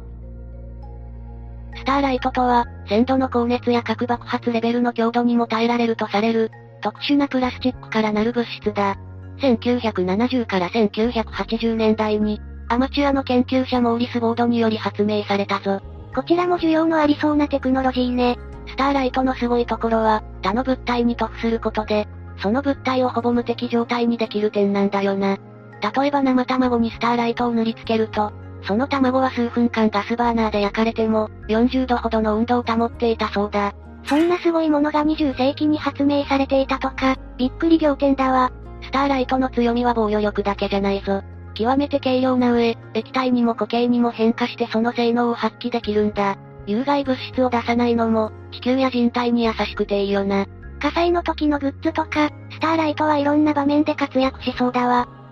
スターライトとは、鮮度の高熱や核爆発レベルの強度にも耐えられるとされる、特殊なプラスチックからなる物質だ。せんきゅうひゃくななじゅうからせんきゅうひゃくはちじゅうねんだいに、アマチュアの研究者モーリス・ボードにより発明されたぞ。 こちらも需要のありそうなテクノロジーね。 スターライトのすごいところは、他の物体に塗布することで、その物体をほぼ無敵状態にできる点なんだよな。例えば生卵にスターライトを塗り付けると、その卵は数分間ガスバーナーで焼かれても、よんじゅうどほどの温度を保っていたそうだ。 そんなすごいものがにじゅっせいきに発明されていたとか、びっくり仰天だわ。 スターライトの強みは防御力だけじゃないぞ。極めて軽量な上、液体にも固形にも変化してその性能を発揮できるんだ。有害物質を出さないのも、地球や人体に優しくていいよな。 火災の時のグッズとか、スターライトはいろんな場面で活躍しそうだわ。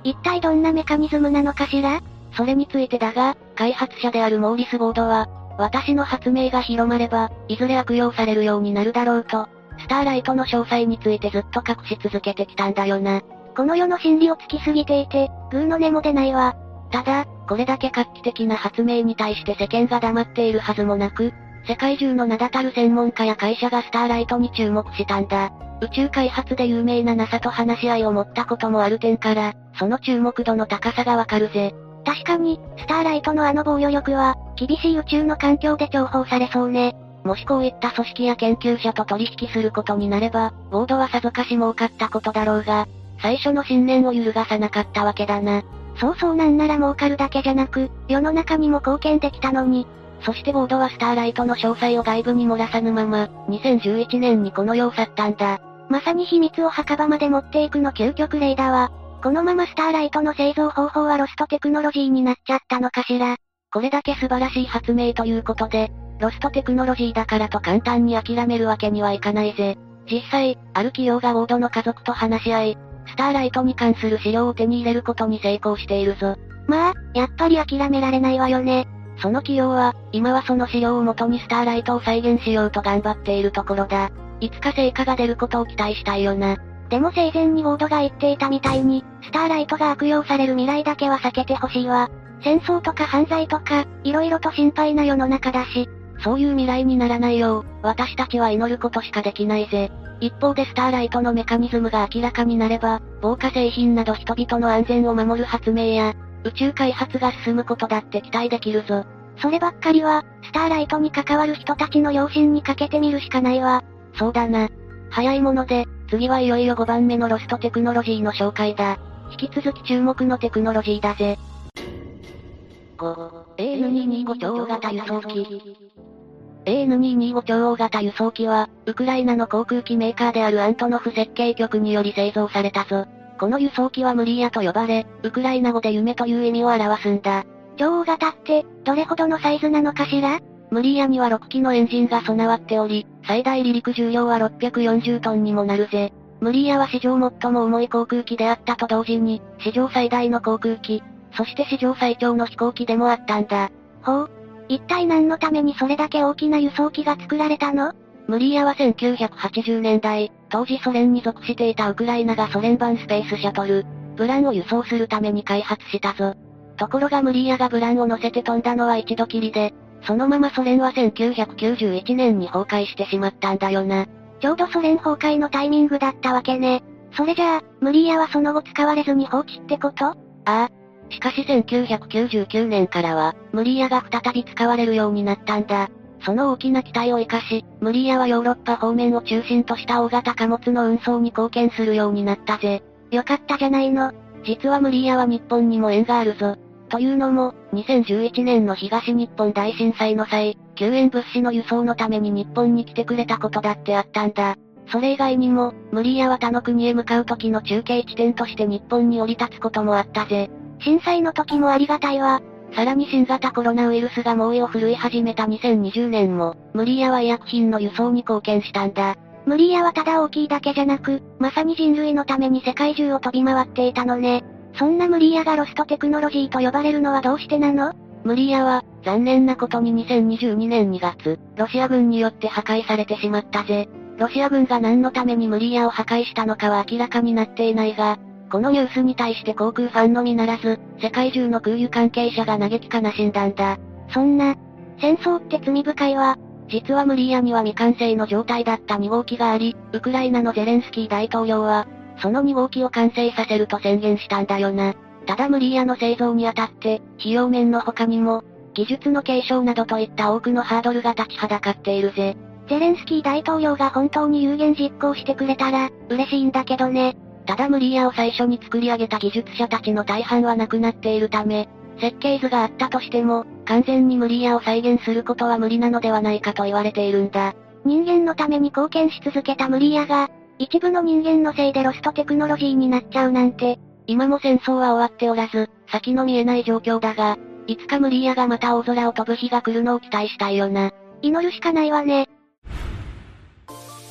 一体どんなメカニズムなのかしら？ それについてだが、開発者であるモーリス・ボードは、私の発明が広まれば、いずれ悪用されるようになるだろうと、スターライトの詳細についてずっと隠し続けてきたんだよな。 この世の真理を突きすぎていて、グーの音も出ないわ。 ただ、これだけ画期的な発明に対して世間が黙っているはずもなく、世界中の名だたる専門家や会社がスターライトに注目したんだ。宇宙開発で有名な ナサ と話し合いを持ったこともある点から、その注目度の高さがわかるぜ。 確かに、スターライトのあの防御力は、厳しい宇宙の環境で重宝されそうね。 もしこういった組織や研究者と取引することになれば、ボードはさぞかし儲かったことだろうが、最初の信念を揺るがさなかったわけだな。 そうそうなんなら儲かるだけじゃなく、世の中にも貢献できたのに。 そしてボードはスターライトの詳細を外部に漏らさぬまま、にせんじゅういちねんにこの世を去ったんだ。 まさに秘密を墓場まで持っていくの究極例だわ。このままスターライトの製造方法はロストテクノロジーになっちゃったのかしら。 これだけ素晴らしい発明ということで、ロストテクノロジーだからと簡単に諦めるわけにはいかないぜ。実際、ある企業がボードの家族と話し合い、スターライトに関する資料を手に入れることに成功しているぞ。 まあ、やっぱり諦められないわよね。 その企業は、今はその資料を元にスターライトを再現しようと頑張っているところだ。いつか成果が出ることを期待したいよな。 でも生前にボードが言っていたみたいに、スターライトが悪用される未来だけは避けてほしいわ。戦争とか犯罪とか、色々と心配な世の中だし。 そういう未来にならないよう、私たちは祈ることしかできないぜ。一方でスターライトのメカニズムが明らかになれば、防火製品など人々の安全を守る発明や、宇宙開発が進むことだって期待できるぞ。 そればっかりは、スターライトに関わる人たちの良心にかけてみるしかないわ。 そうだな。早いもので、次はいよいよごばんめのロストテクノロジーの紹介だ。引き続き注目のテクノロジーだぜ。ご、エーエヌにひゃくにじゅうご 超大型輸送機。エーエヌにひゃくにじゅうご 超大型輸送機は、ウクライナの航空機メーカーであるアントノフ設計局により製造されたぞ。この輸送機はムリーヤと呼ばれ、ウクライナ語で夢という意味を表すんだ。 超大型って、どれほどのサイズなのかしら？ ムリーヤにはろくきのエンジンが備わっており、最大離陸重量はろっぴゃくよんじゅうトンにもなるぜ。ムリーヤは史上最も重い航空機であったと同時に、史上最大の航空機、そして史上最長の飛行機でもあったんだ。 ほう。一体何のためにそれだけ大きな輸送機が作られたの？ ムリーヤはせんきゅうひゃくはちじゅうねんだい、当時ソ連に属していたウクライナがソ連版スペースシャトル、ブランを輸送するために開発したぞ。ところがムリーヤがブランを乗せて飛んだのは一度きりで、そのままソ連はせんきゅうひゃくきゅうじゅういちねんに崩壊してしまったんだよな。 ちょうどソ連崩壊のタイミングだったわけね。それじゃあ、ムリーヤはその後使われずに放置ってこと？ああ。しかしせんきゅうひゃくきゅうじゅうきゅうねんからは、ムリーヤが再び使われるようになったんだ。その大きな機体を生かし、ムリーヤはヨーロッパ方面を中心とした大型貨物の運送に貢献するようになったぜ。 よかったじゃないの。 実はムリーヤは日本にも縁があるぞ。というのも、にせんじゅういちねんの東日本大震災の際、救援物資の輸送のために日本に来てくれたことだってあったんだ。それ以外にも、ムリーヤは他の国へ向かう時の中継地点として日本に降り立つこともあったぜ。 震災の時もありがたいわ。 さらに新型コロナウイルスが猛威を振るい始めたにせんにじゅうねんも、ムリーヤは医薬品の輸送に貢献したんだ。 ムリーヤはただ大きいだけじゃなく、まさに人類のために世界中を飛び回っていたのね。そんなムリーヤがロストテクノロジーと呼ばれるのはどうしてなの？ ムリーヤは、残念なことににせんにじゅうにねんにがつ、ロシア軍によって破壊されてしまったぜ。ロシア軍が何のためにムリーヤを破壊したのかは明らかになっていないが、このニュースに対して航空ファンのみならず、世界中の空輸関係者が嘆き悲しんだんだ。 そんな、戦争って罪深いわ。 実はムリーヤには未完成の状態だったにごうきがあり、ウクライナのゼレンスキー大統領は、そのにごうきを完成させると宣言したんだよな。ただムリーヤの製造にあたって、費用面の他にも、技術の継承などといった多くのハードルが立ちはだかっているぜ。 ゼレンスキー大統領が本当に有言実行してくれたら、嬉しいんだけどね。 ただムリーヤを最初に作り上げた技術者たちの大半は亡くなっているため、設計図があったとしても、完全にムリーヤを再現することは無理なのではないかと言われているんだ。 人間のために貢献し続けたムリーヤが、一部の人間のせいでロストテクノロジーになっちゃうなんて。 今も戦争は終わっておらず、先の見えない状況だが、いつかムリーヤがまた大空を飛ぶ日が来るのを期待したいよな。 祈るしかないわね。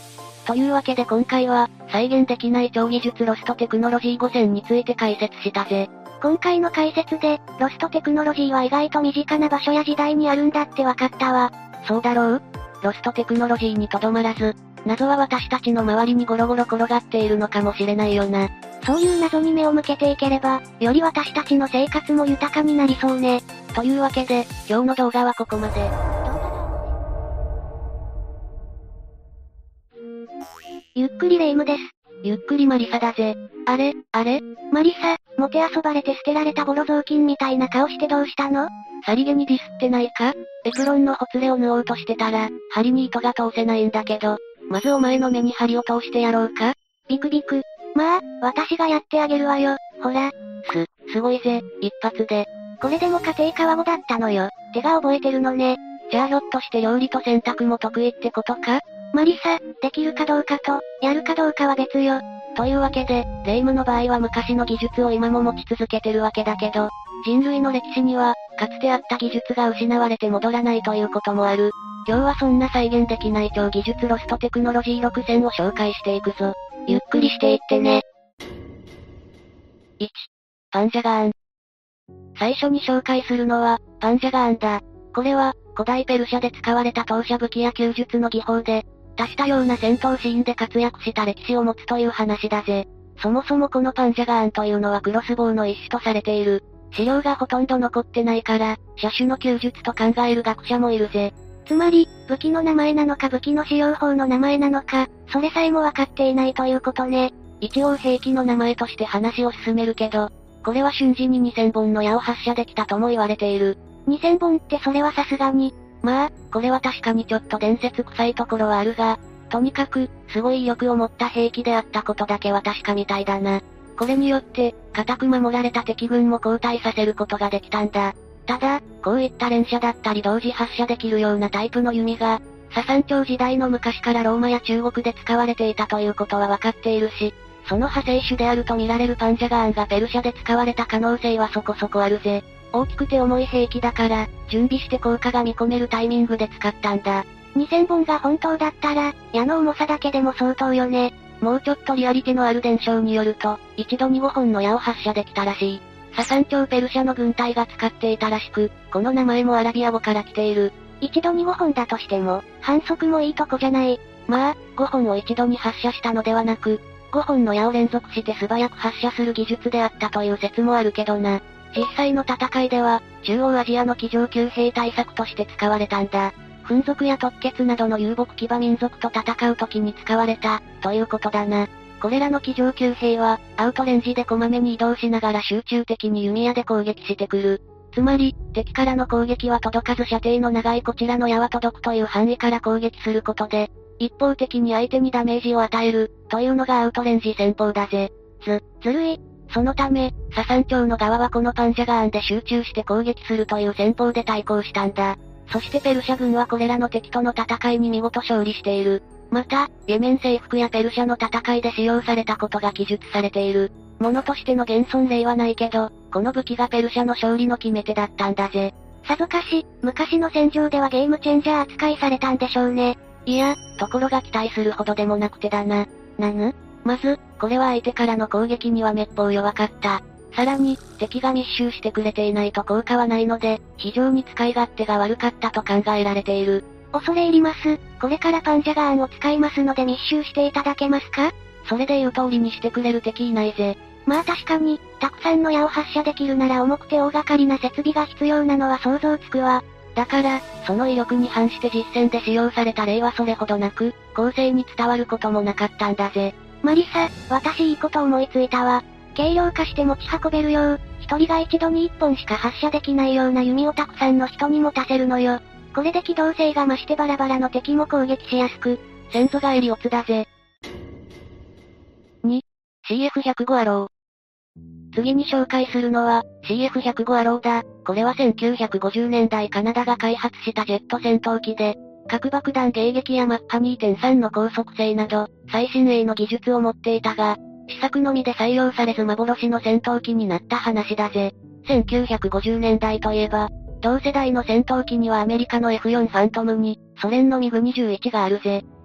というわけで今回は、再現できない超技術ロストテクノロジーごせんについて解説したぜ。 今回の解説で、ロストテクノロジーは意外と身近な場所や時代にあるんだってわかったわ。 そうだろう？ロストテクノロジーにとどまらず、謎は私たちの周りにゴロゴロ転がっているのかもしれないよな。 そういう謎に目を向けていければ、より私たちの生活も豊かになりそうね。 というわけで、今日の動画はここまで。 ゆっくりレ夢ムです。 ゆっくりマリサだぜ。あれ、あれマリサ、もてあそばれて捨てられたボロ雑巾みたいな顔してどうしたの？ さりげにディスってないか？エプロンのほつれを縫おうとしてたら、針に糸が通せないんだけど、まずお前の目に針を通してやろうか？ ビクビク。まあ、私がやってあげるわよ。ほら。 す、すごいぜ、一発で。 これでも家庭科はごだったのよ。手が覚えてるのね。 じゃあひょっとして料理と洗濯も得意ってことか？ マリサ、できるかどうかと、やるかどうかは別よ。 というわけで、レ夢ムの場合は昔の技術を今も持ち続けてるわけだけど、人類の歴史には、かつてあった技術が失われて戻らないということもある。今日はそんな再現できない超技術ロストテクノロジーろくせんを紹介していくぞ。ゆっくりしていってね。いち. パンジャガーン。最初に紹介するのは、パンジャガーンだ。これは、古代ペルシャで使われた投射武器や弓術の技法で、多種多様な戦闘シーンで活躍した歴史を持つという話だぜ。そもそもこのパンジャガーンというのはクロスボウの一種とされている。資料がほとんど残ってないから、射手の弓術と考える学者もいるぜ。 つまり、武器の名前なのか武器の使用法の名前なのか、それさえもわかっていないということね。 一応兵器の名前として話を進めるけど、これは瞬時ににせんぼんの矢を発射できたとも言われている。 にせんぼんってそれはさすがに。 まあ、これは確かにちょっと伝説臭いところはあるが、とにかく、すごい威力を持った兵器であったことだけは確かみたいだな。これによって、固く守られた敵軍も後退させることができたんだ。ただ、こういった連射だったり同時発射できるようなタイプの弓が、ササン朝時代の昔からローマや中国で使われていたということはわかっているし、その派生種であると見られるパンジャガーンがペルシャで使われた可能性はそこそこあるぜ。大きくて重い兵器だから、準備して効果が見込めるタイミングで使ったんだ。 にせんぼんが本当だったら、矢の重さだけでも相当よね。 もうちょっとリアリティのある伝承によると、一度にごほんの矢を発射できたらしい。ササン朝ペルシャの軍隊が使っていたらしく、この名前もアラビア語から来ている。 一度にごほんだとしても、反則もいいとこじゃない。 まあ、ごほんを一度に発射したのではなく、ごほんの矢を連続して素早く発射する技術であったという説もあるけどな。実際の戦いでは、中央アジアの机上級兵対策として使われたんだ。奮族や突厥などの遊牧騎馬民族と戦う時に使われた、ということだな。これらの騎上級兵は、アウトレンジでこまめに移動しながら集中的に弓矢で攻撃してくる。つまり、敵からの攻撃は届かず射程の長いこちらの矢は届くという範囲から攻撃することで、一方的に相手にダメージを与える、というのがアウトレンジ戦法だぜ。 ず、ずるい。 そのため、ササン朝の側はこのパンジャガーンで集中して攻撃するという戦法で対抗したんだ。そしてペルシャ軍はこれらの敵との戦いに見事勝利している。また、イエメン征服やペルシャの戦いで使用されたことが記述されている。ものとしての現存例はないけど、この武器がペルシャの勝利の決め手だったんだぜ。 さぞかし、昔の戦場ではゲームチェンジャー扱いされたんでしょうね。 いや、ところが期待するほどでもなくてだな。なぬ？まず、これは相手からの攻撃にはめっぽう弱かった。さらに、敵が密集してくれていないと効果はないので、非常に使い勝手が悪かったと考えられている。 恐れ入ります。これからパンジャガーンを使いますので密集していただけますか？ それで言う通りにしてくれる敵いないぜ。 まあ確かに、たくさんの矢を発射できるなら重くて大掛かりな設備が必要なのは想像つくわ。 だから、その威力に反して実戦で使用された例はそれほどなく、後世に伝わることもなかったんだぜ。 マリサ、私いいこと思いついたわ。軽量化して持ち運べるよう、一人が一度に一本しか発射できないような弓をたくさんの人に持たせるのよ。これで機動性が増してバラバラの敵も攻撃しやすく、 先祖返りオツだぜ。に. シーエフひゃくご アロー。次に紹介するのは、シーエフひゃくご アローだ。これはせんきゅうひゃくごじゅうねんだいカナダが開発したジェット戦闘機で、核爆弾迎撃やマッハ にてんさん の高速性など、最新鋭の技術を持っていたが、試作のみで採用されず幻の戦闘機になった話だぜ。せんきゅうひゃくごじゅうねんだいといえば、同世代の戦闘機にはアメリカの エフフォー ファントムに、ソ連のミグにじゅういちがあるぜ。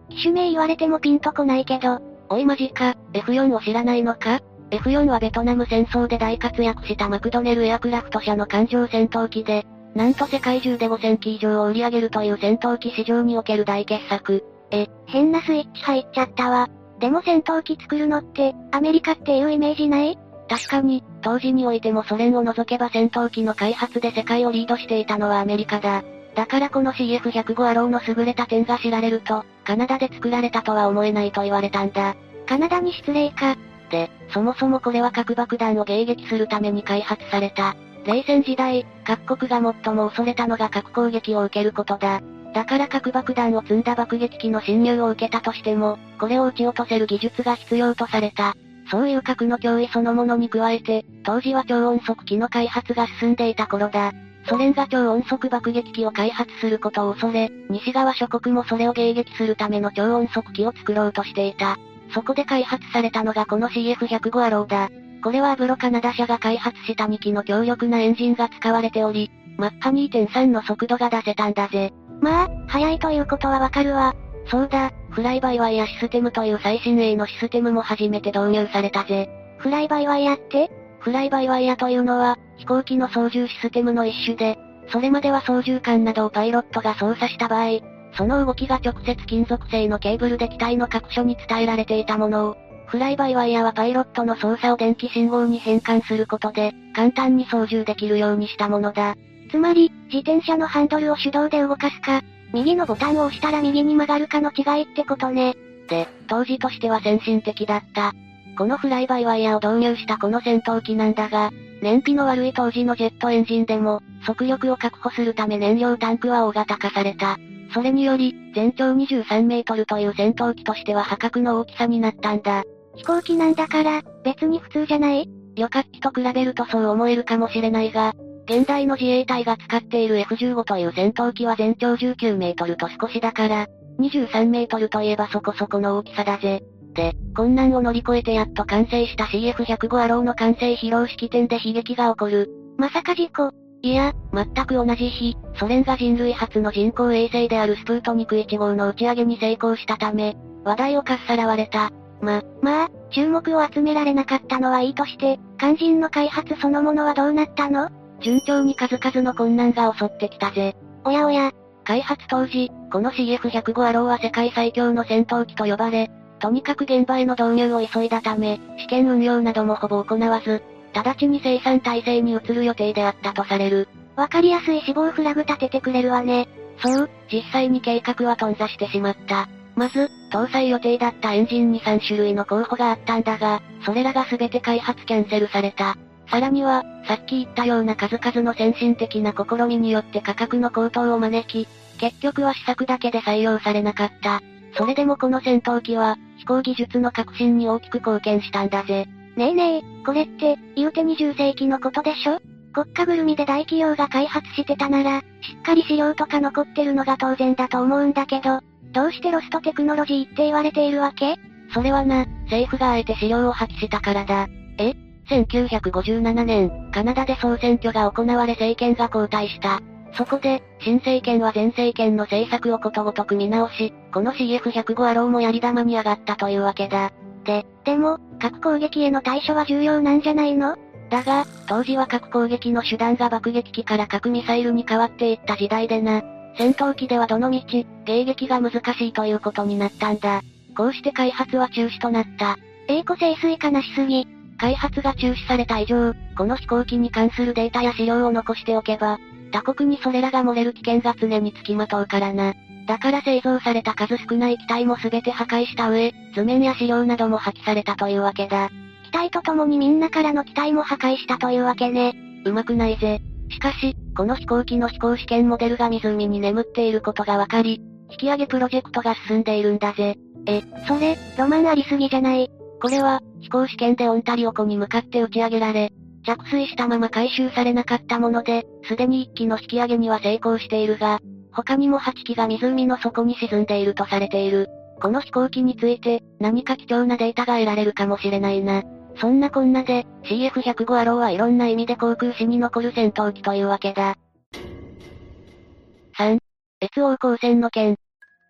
機種名言われてもピンとこないけど。 おいマジか、エフフォー を知らないのか？ エフフォー はベトナム戦争で大活躍したマクドネルエアクラフト社の艦上戦闘機で、なんと世界中でごせんき以上を売り上げるという戦闘機市場における大傑作。 え、変なスイッチ入っちゃったわ。でも戦闘機作るのって、アメリカっていうイメージない？ 確かに、当時においてもソ連を除けば戦闘機の開発で世界をリードしていたのはアメリカだ。だからこの シーエフひゃくご アローの優れた点が知られると、カナダで作られたとは思えないと言われたんだ。 カナダに失礼か。 で、そもそもこれは核爆弾を迎撃するために開発された。冷戦時代、各国が最も恐れたのが核攻撃を受けることだ。だから核爆弾を積んだ爆撃機の侵入を受けたとしても、これを撃ち落とせる技術が必要とされた。そういう核の脅威そのものに加えて、当時は超音速機の開発が進んでいた頃だ。ソ連が超音速爆撃機を開発することを恐れ、西側諸国もそれを迎撃するための超音速機を作ろうとしていた。そこで開発されたのがこの シーエフひゃくご アローだ。これはアブロカナダ社が開発したにきの強力なエンジンが使われており、マッハ にてんさん の速度が出せたんだぜ。 まあ、速いということはわかるわ。 そうだ、フライバイワイヤシステムという最新鋭のシステムも初めて導入されたぜ。 フライバイワイヤってフライバイワイヤというのは、飛行機の操縦システムの一種で、それまでは操縦桿などをパイロットが操作した場合、その動きが直接金属製のケーブルで機体の各所に伝えられていたものを、フライバイワイヤはパイロットの操作を電気信号に変換することで、簡単に操縦できるようにしたものだ。 つまり、自転車のハンドルを手動で動かすか、右のボタンを押したら右に曲がるかの違いってことね。 で、当時としては先進的だった。このフライバイワイヤを導入したこの戦闘機なんだが、燃費の悪い当時のジェットエンジンでも、速力を確保するため燃料タンクは大型化された。それにより、全長にじゅうさんメートルという戦闘機としては破格の大きさになったんだ。 飛行機なんだから、別に普通じゃない？ 旅客機と比べるとそう思えるかもしれないが、現代の自衛隊が使っている エフじゅうご という戦闘機は全長じゅうきゅうメートルと少しだから、にじゅうさんメートルといえばそこそこの大きさだぜ。で、困難を乗り越えてやっと完成した シーエフひゃくご アローの完成披露式典で悲劇が起こる。 まさか事故？ いや、全く同じ日、ソ連が人類初の人工衛星であるスプートニクいち号の打ち上げに成功したため、話題をかっさらわれた。 ま、まあ、注目を集められなかったのはいいとして、肝心の開発そのものはどうなったの？ 順調に数々の困難が襲ってきたぜ。 おやおや。 開発当時、この シーエフひゃくご アローは世界最強の戦闘機と呼ばれ、とにかく現場への導入を急いだため、試験運用などもほぼ行わず、直ちに生産体制に移る予定であったとされる。 わかりやすい死亡フラグ立ててくれるわね。 そう、実際に計画は頓挫してしまった。まず、搭載予定だったエンジンにさん種類の候補があったんだが、それらが全て開発キャンセルされた。さらには、さっき言ったような数々の先進的な試みによって価格の高騰を招き、結局は試作だけで採用されなかった。それでもこの戦闘機は、飛行技術の革新に大きく貢献したんだぜ。 ねえねえ、これって、言うてにじゅっ世紀のことでしょ？国家ぐるみで大企業が開発してたなら、しっかり資料とか残ってるのが当然だと思うんだけど、どうしてロストテクノロジーって言われているわけ？ それはな、政府があえて資料を破棄したからだ。え？せんきゅうひゃくごじゅうななねん、カナダで総選挙が行われ政権が交代した。そこで、新政権は前政権の政策をことごとく見直し、この シーエフひゃくご アローもやり玉に上がったというわけだ。 で、でも、核攻撃への対処は重要なんじゃないの？ だが、当時は核攻撃の手段が爆撃機から核ミサイルに変わっていった時代でな。戦闘機ではどの道、迎撃が難しいということになったんだ。こうして開発は中止となった。 栄枯盛衰悲しすぎ。 開発が中止された以上、この飛行機に関するデータや資料を残しておけば、他国にそれらが漏れる危険が常につきまとうからな。だから製造された数少ない機体も全て破壊した上、図面や資料なども破棄されたというわけだ。 機体と共にみんなからの機体も破壊したというわけね。 うまくないぜ。しかし、この飛行機の飛行試験モデルが湖に眠っていることがわかり、引き上げプロジェクトが進んでいるんだぜ。 え、それ、ロマンありすぎじゃない。 これは、飛行試験でオンタリオ湖に向かって打ち上げられ、着水したまま回収されなかったもので、すでにいっきの引き上げには成功しているが、他にもはちきが湖の底に沈んでいるとされている。この飛行機について、何か貴重なデータが得られるかもしれないな。そんなこんなで、シーエフひゃくご アローはいろんな意味で航空史に残る戦闘機というわけだ。さん. 越王光線の件。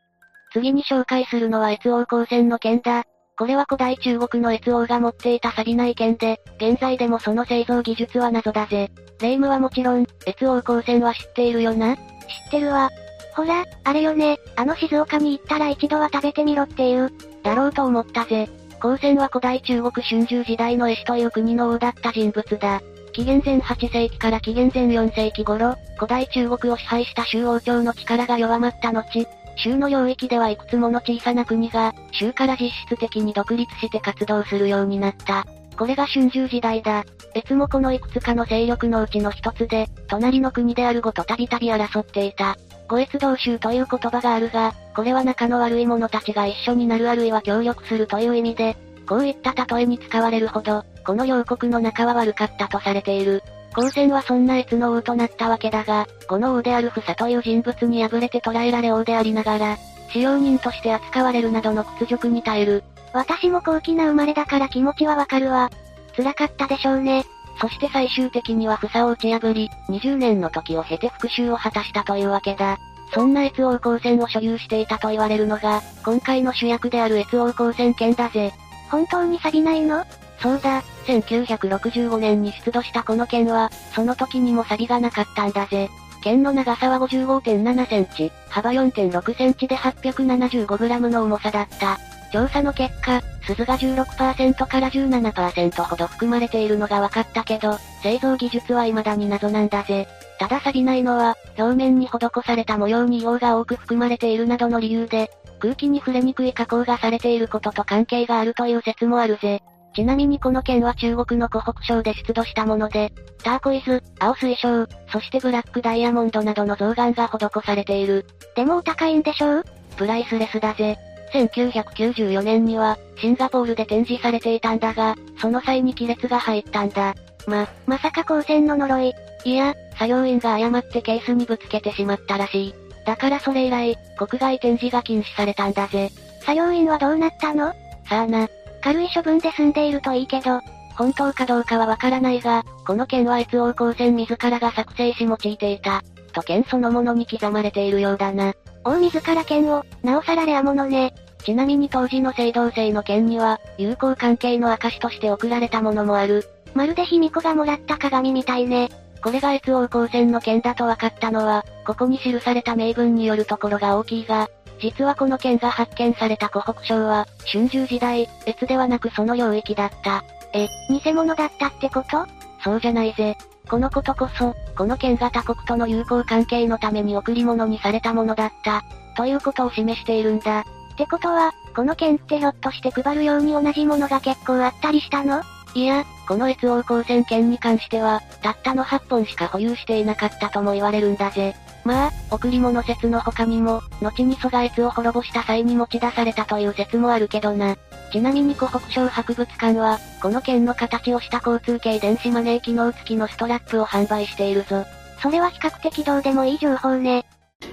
次に紹介するのは越王光線の剣だ。これは古代中国の越王が持っていた錆びない剣で、現在でもその製造技術は謎だぜ。霊夢はもちろん、越王光線は知っているよな？知ってるわ。ほら、あれよね、あの静岡に行ったら一度は食べてみろっていう。 だろうと思ったぜ。光線は古代中国春秋時代の絵師という国の王だった人物だ。紀元前はちせいきから紀元前よんせいき頃、古代中国を支配した周王朝の力が弱まった後、州の領域ではいくつもの小さな国が、州から実質的に独立して活動するようになった。これが春秋時代だ。越もこのいくつかの勢力のうちの一つで、隣の国であるごとたびたび争っていた。五越同州という言葉があるが、これは仲の悪い者たちが一緒になるあるいは協力するという意味で、こういった例えに使われるほど、この両国の仲は悪かったとされている。光線はそんな越の王となったわけだが、この王であるフサという人物に敗れて捕らえられ王でありながら、使用人として扱われるなどの屈辱に耐える。 私も高貴な生まれだから気持ちはわかるわ。辛かったでしょうね。 そして最終的にはフサを打ち破り、にじゅうねんの時を経て復讐を果たしたというわけだ。そんな越王光線を所有していたと言われるのが、今回の主役である越王光線剣だぜ。 本当に錆びないの？ そうだ、せんきゅうひゃくろくじゅうごねんに出土したこの剣は、その時にも錆びがなかったんだぜ。剣の長さは ごじゅうごてんななセンチ、幅 よんてんろくセンチで はっぴゃくななじゅうごグラム の重さだった。調査の結果、鈴が じゅうろくパーセント から じゅうななパーセント ほど含まれているのが分かったけど、製造技術は未だに謎なんだぜ。ただ錆びないのは、表面に施された模様に硫黄が多く含まれているなどの理由で、空気に触れにくい加工がされていることと関係があるという説もあるぜ。ちなみにこの剣は中国の湖北省で出土したもので、ターコイズ、青水晶、そしてブラックダイヤモンドなどの象眼が施されている。 でもお高いんでしょう？ プライスレスだぜ。せんきゅうひゃくきゅうじゅうよねんには、シンガポールで展示されていたんだが、その際に亀裂が入ったんだ。 ま、まさか光線の呪い。 いや、作業員が誤ってケースにぶつけてしまったらしい。だからそれ以来、国外展示が禁止されたんだぜ。 作業員はどうなったの？ さあな。 軽い処分で済んでいるといいけど、 本当かどうかはわからないが、この剣は越王光線自らが作成し用いていた、と剣そのものに刻まれているようだな。 王自ら剣を、なおさらレア物ね。 ちなみに当時の青銅製の剣には、友好関係の証として贈られたものもある。 まるで卑弥呼がもらった鏡みたいね。 これが越王光線の剣だと分かったのは、ここに記された名文によるところが大きいが、実はこの剣が発見された湖北省は、春秋時代、越ではなくその領域だった。 え、偽物だったってこと？ そうじゃないぜ。このことこそ、この剣が他国との友好関係のために贈り物にされたものだった、ということを示しているんだ。 ってことは、この剣ってひょっとして配るように同じものが結構あったりしたの？ いや、この越王光線剣に関しては、たったのはっぽんしか保有していなかったとも言われるんだぜ。まあ、贈り物説の他にも、後に蘇我越を滅ぼした際に持ち出されたという説もあるけどな。ちなみに湖北省博物館は、この剣の形をした交通系電子マネー機能付きのストラップを販売しているぞ。 それは比較的どうでもいい情報ね。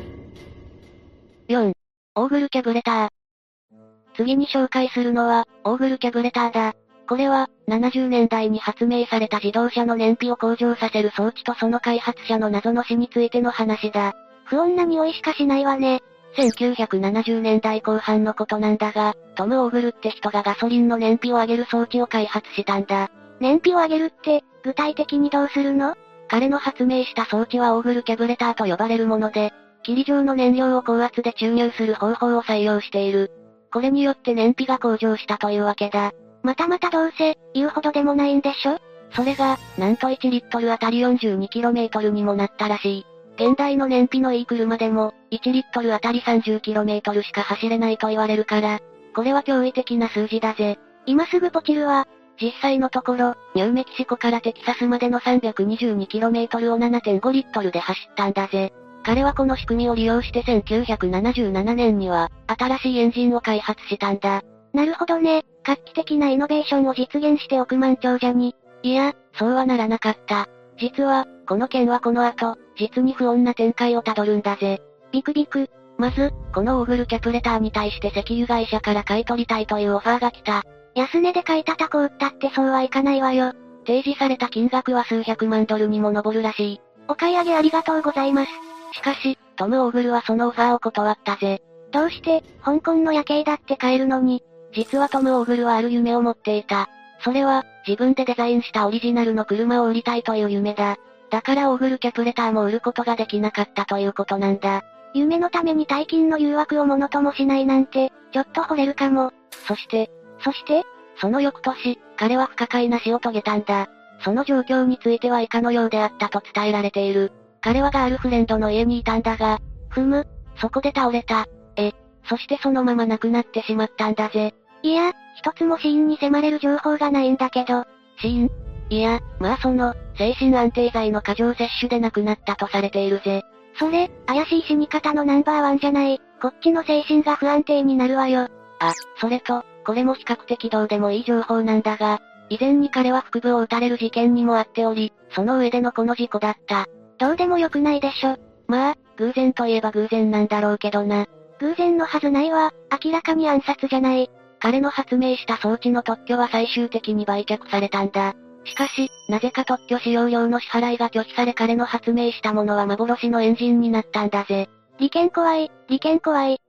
よん. オーグルキャブレター。次に紹介するのは、オーグルキャブレターだ。これは、ななじゅうねんだいに発明された自動車の燃費を向上させる装置とその開発者の謎の死についての話だ。 不穏な匂いしかしないわね。 せんきゅうひゃくななじゅうねんだいこう半のことなんだが、トム・オーグルって人がガソリンの燃費を上げる装置を開発したんだ。 燃費を上げるって、具体的にどうするの？ 彼の発明した装置はオーグルキャブレターと呼ばれるもので、霧状の燃料を高圧で注入する方法を採用している。これによって燃費が向上したというわけだ。 またまたどうせ、言うほどでもないんでしょ？ それが、なんといちリットルあたり よんじゅうにキロメートル にもなったらしい。現代の燃費のいい車でも、いちリットルあたり さんじゅうキロメートル しか走れないと言われるから、これは驚異的な数字だぜ。 今すぐポチるわ。 実際のところ、ニューメキシコからテキサスまでの さんびゃくにじゅうにキロメートル を ななてんごリットルで走ったんだぜ。彼はこの仕組みを利用してせんきゅうひゃくななじゅうななねんには、新しいエンジンを開発したんだ。 なるほどね。画期的なイノベーションを実現して億万長者に。 いや、そうはならなかった。実は、この件はこの後、実に不穏な展開をたどるんだぜ。 ビクビク。 まず、このオーグルキャプレターに対して石油会社から買い取りたいというオファーが来た。 安値で買い叩こうったってそうはいかないわよ。 提示された金額は数百万ドルにも上るらしい。 お買い上げありがとうございます。 しかし、トム・オーグルはそのオファーを断ったぜ。 どうして、香港の夜景だって買えるのに。 実はトム・オーグルはある夢を持っていた。それは、自分でデザインしたオリジナルの車を売りたいという夢だ。だからオーグル・キャプレターも売ることができなかったということなんだ。 夢のために大金の誘惑をものともしないなんて、ちょっと惚れるかも。 そして、 そしてその翌年、彼は不可解な死を遂げたんだ。その状況については以下のようであったと伝えられている。彼はガールフレンドの家にいたんだが、 ふむ、 そこで倒れた。え、そしてそのまま亡くなってしまったんだぜ。 いや、一つも死因に迫れる情報がないんだけど。 死因？いや、まあその、精神安定剤の過剰摂取で亡くなったとされているぜ。 それ、怪しい死に方のナンバーワンじゃない。こっちの精神が不安定になるわよ。 あ、それと、これも比較的どうでもいい情報なんだが、以前に彼は腹部を撃たれる事件にもあっており、その上でのこの事故だった。 どうでもよくないでしょ。 まあ、偶然といえば偶然なんだろうけどな。 偶然のはずないわ、明らかに暗殺じゃない。 彼の発明した装置の特許は最終的に売却されたんだ。しかし、なぜか特許使用料の支払いが拒否され彼の発明したものは幻のエンジンになったんだぜ。 利権怖い、利権怖い。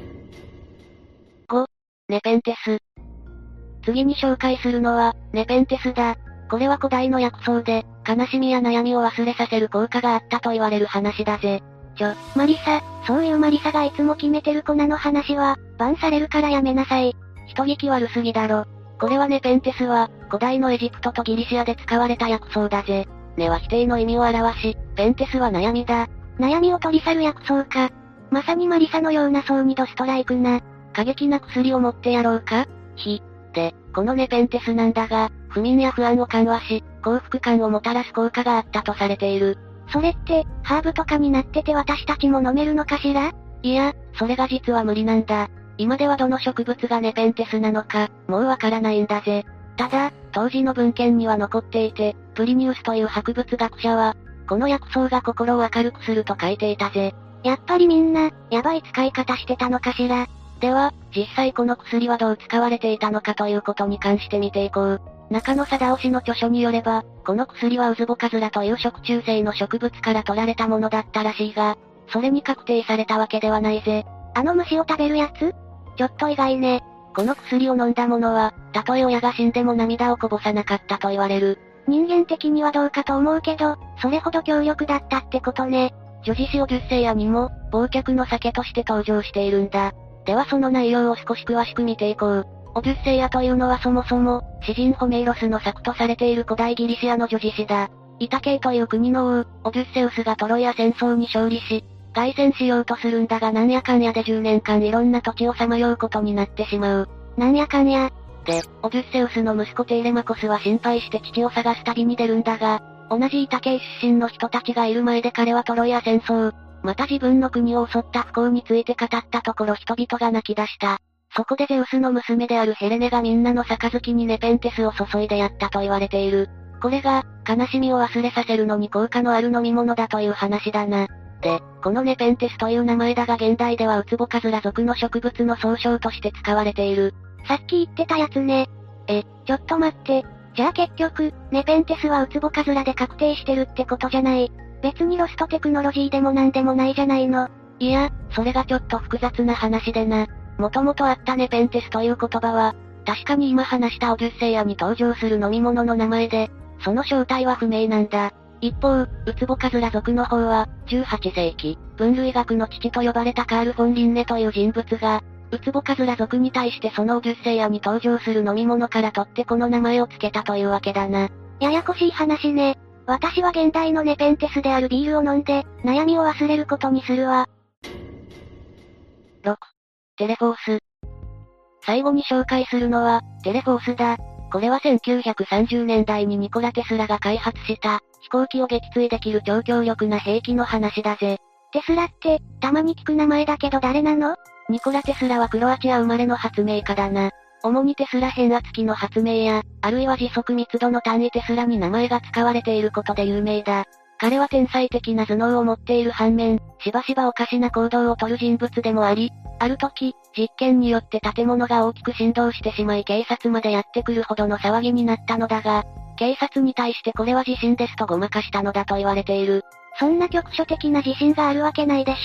ご、ネペンテス。次に紹介するのは、ネペンテスだ。これは古代の薬草で、悲しみや悩みを忘れさせる効果があったと言われる話だぜ。 ちょ、マリサ、そういうマリサがいつも決めてる粉の話は、バンされるからやめなさい。 人聞き悪すぎだろ。これはネペンテスは、古代のエジプトとギリシアで使われた薬草だぜ。ネは否定の意味を表し、ペンテスは悩みだ。 悩みを取り去る薬草か。まさにマリサのような層にドストライクな。 過激な薬を持ってやろうか？ひ。で、このネペンテスなんだが、不眠や不安を緩和し、幸福感をもたらす効果があったとされている。 それって、ハーブとかになってて私たちも飲めるのかしら？ いや、それが実は無理なんだ。今ではどの植物がネペンテスなのか、もうわからないんだぜ。ただ、当時の文献には残っていて、プリニウスという博物学者は、この薬草が心を明るくすると書いていたぜ。 やっぱりみんな、やばい使い方してたのかしら。 では、実際この薬はどう使われていたのかということに関して見ていこう。中野貞夫氏の著書によれば、この薬はウズボカズラという食虫性の植物から取られたものだったらしいが、それに確定されたわけではないぜ。 あの虫を食べるやつ？ちょっと意外ね。 この薬を飲んだ者は、たとえ親が死んでも涙をこぼさなかったと言われる。 人間的にはどうかと思うけど、それほど強力だったってことね。 女子誌オデュッセイアにも、忘却の酒として登場しているんだ。ではその内容を少し詳しく見ていこう。オデュッセイアというのはそもそも、詩人ホメイロスの作とされている古代ギリシアの女子詩だ。イタケイという国の王、オデュッセウスがトロイア戦争に勝利し、凱旋しようとするんだがなんやかんやでじゅうねんかんいろんな土地をさまようことになってしまう。 なんやかんや。 で、オデュッセウスの息子テイレマコスは心配して父を探す旅に出るんだが、同じイタケイ出身の人たちがいる前で彼はトロイア戦争、また自分の国を襲った不幸について語ったところ人々が泣き出した。そこでゼウスの娘であるヘレネがみんなの杯にネペンテスを注いでやったと言われている。これが、悲しみを忘れさせるのに効果のある飲み物だという話だな。で、このネペンテスという名前だが現代ではウツボカズラ属の植物の総称として使われている。 さっき言ってたやつね。え、ちょっと待って。じゃあ結局、ネペンテスはウツボカズラで確定してるってことじゃない。別にロストテクノロジーでもなんでもないじゃないの。 いや、それがちょっと複雑な話でな。もともとあったネペンテスという言葉は、確かに今話したオデュッセイアに登場する飲み物の名前で、その正体は不明なんだ。一方、ウツボカズラ属の方は、じゅうはちせいき、分類学の父と呼ばれたカール・フォン・リンネという人物が、ウツボカズラ属に対してそのオデュッセイアに登場する飲み物から取ってこの名前を付けたというわけだな。 ややこしい話ね。私は現代のネペンテスであるビールを飲んで、悩みを忘れることにするわ。 ろく. テレフォース。最後に紹介するのは、テレフォースだ。これはせんきゅうひゃくさんじゅうねんだいにニコラ・テスラが開発した、飛行機を撃墜できる超強力な兵器の話だぜ。 テスラって、たまに聞く名前だけど誰なの？ ニコラ・テスラはクロアチア生まれの発明家だな。主にテスラ変圧器の発明や、あるいは時速密度の単位テスラに名前が使われていることで有名だ。彼は天才的な頭脳を持っている反面、しばしばおかしな行動をとる人物でもあり、ある時、実験によって建物が大きく振動してしまい警察までやってくるほどの騒ぎになったのだが、警察に対してこれは地震ですとごまかしたのだと言われている。 そんな局所的な地震があるわけないでしょ。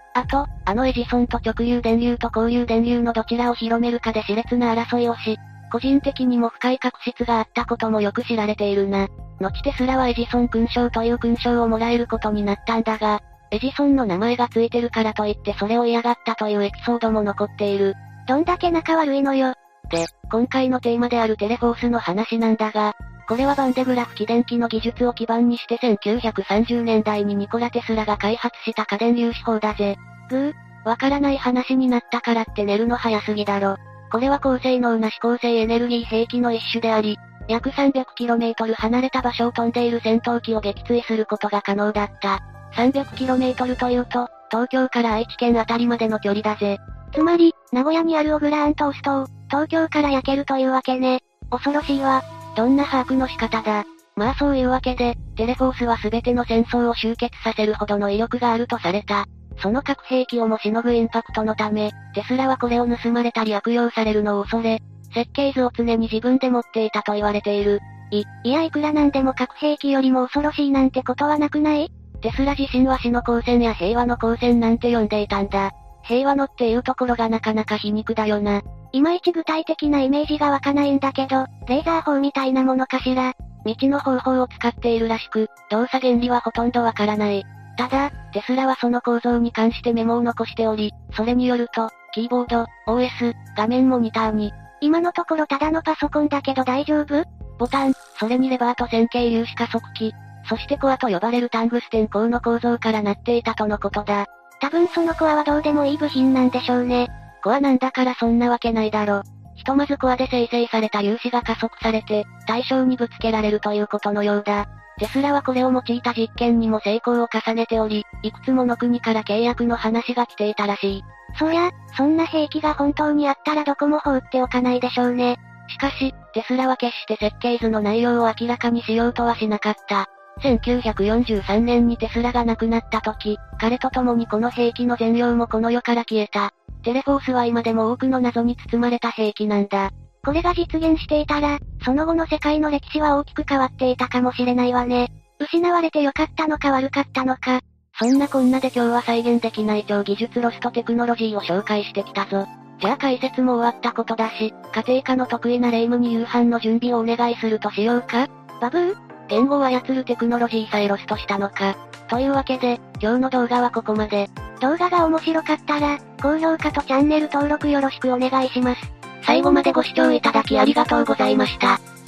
あと、あのエジソンと直流電流と交流電流のどちらを広めるかで熾烈な争いをし、個人的にも深い確執があったこともよく知られているな。後テスラはエジソン勲章という勲章をもらえることになったんだが、エジソンの名前がついてるからといってそれを嫌がったというエピソードも残っている。 どんだけ仲悪いのよ。 で、今回のテーマであるテレフォースの話なんだが、これはバンデグラフ起電機の技術を基盤にしてせんきゅうひゃくさんじゅうねんだいにニコラ・テスラが開発した家電粒子砲だぜ。 ぐー、 わからない話になったからって寝るの早すぎだろ。これは高性能な指向性エネルギー兵器の一種であり、約 さんびゃくキロメートル 離れた場所を飛んでいる戦闘機を撃墜することが可能だった。さんびゃくキロメートル というと、東京から愛知県あたりまでの距離だぜ。 つまり、名古屋にあるオグラーントーストを、東京から焼けるというわけね。恐ろしいわ。 どんな把握の仕方だ。まあそういうわけで、テレフォースは全ての戦争を終結させるほどの威力があるとされた。その核兵器をもしのぐインパクトのため、テスラはこれを盗まれたり悪用されるのを恐れ、設計図を常に自分で持っていたと言われている。 い、いやいくらなんでも核兵器よりも恐ろしいなんてことはなくない？ テスラ自身は死の光線や平和の光線なんて呼んでいたんだ。平和のっていうところがなかなか皮肉だよな。 いまいち具体的なイメージが湧かないんだけど、レーザー砲みたいなものかしら。 未知の方法を使っているらしく、動作原理はほとんどわからない。ただ、テスラはその構造に関してメモを残しており、それによると、キーボード、オーエス、画面モニターに、 今のところただのパソコンだけど大丈夫？ ボタン、それにレバーと線形粒子加速器、そしてコアと呼ばれるタングステン鋼の構造からなっていたとのことだ。 多分そのコアはどうでもいい部品なんでしょうね。 コアなんだからそんなわけないだろ。ひとまずコアで生成された粒子が加速されて、対象にぶつけられるということのようだ。テスラはこれを用いた実験にも成功を重ねており、いくつもの国から契約の話が来ていたらしい。 そりゃ、そんな兵器が本当にあったらどこも放っておかないでしょうね。 しかし、テスラは決して設計図の内容を明らかにしようとはしなかった。せんきゅうひゃくよんじゅうさんねんにテスラが亡くなった時、彼と共にこの兵器の全容もこの世から消えた。テレフォースは今でも多くの謎に包まれた兵器なんだ。 これが実現していたら、その後の世界の歴史は大きく変わっていたかもしれないわね。失われてよかったのか悪かったのか。 そんなこんなで今日は再現できない超技術ロストテクノロジーを紹介してきたぞ。じゃあ解説も終わったことだし、家庭科の得意なレイムに夕飯の準備をお願いするとしようか？ バブー？ 言語を操るテクノロジーさえロストしたのか。というわけで、今日の動画はここまで。 動画が面白かったら、高評価とチャンネル登録よろしくお願いします。 最後までご視聴いただきありがとうございました。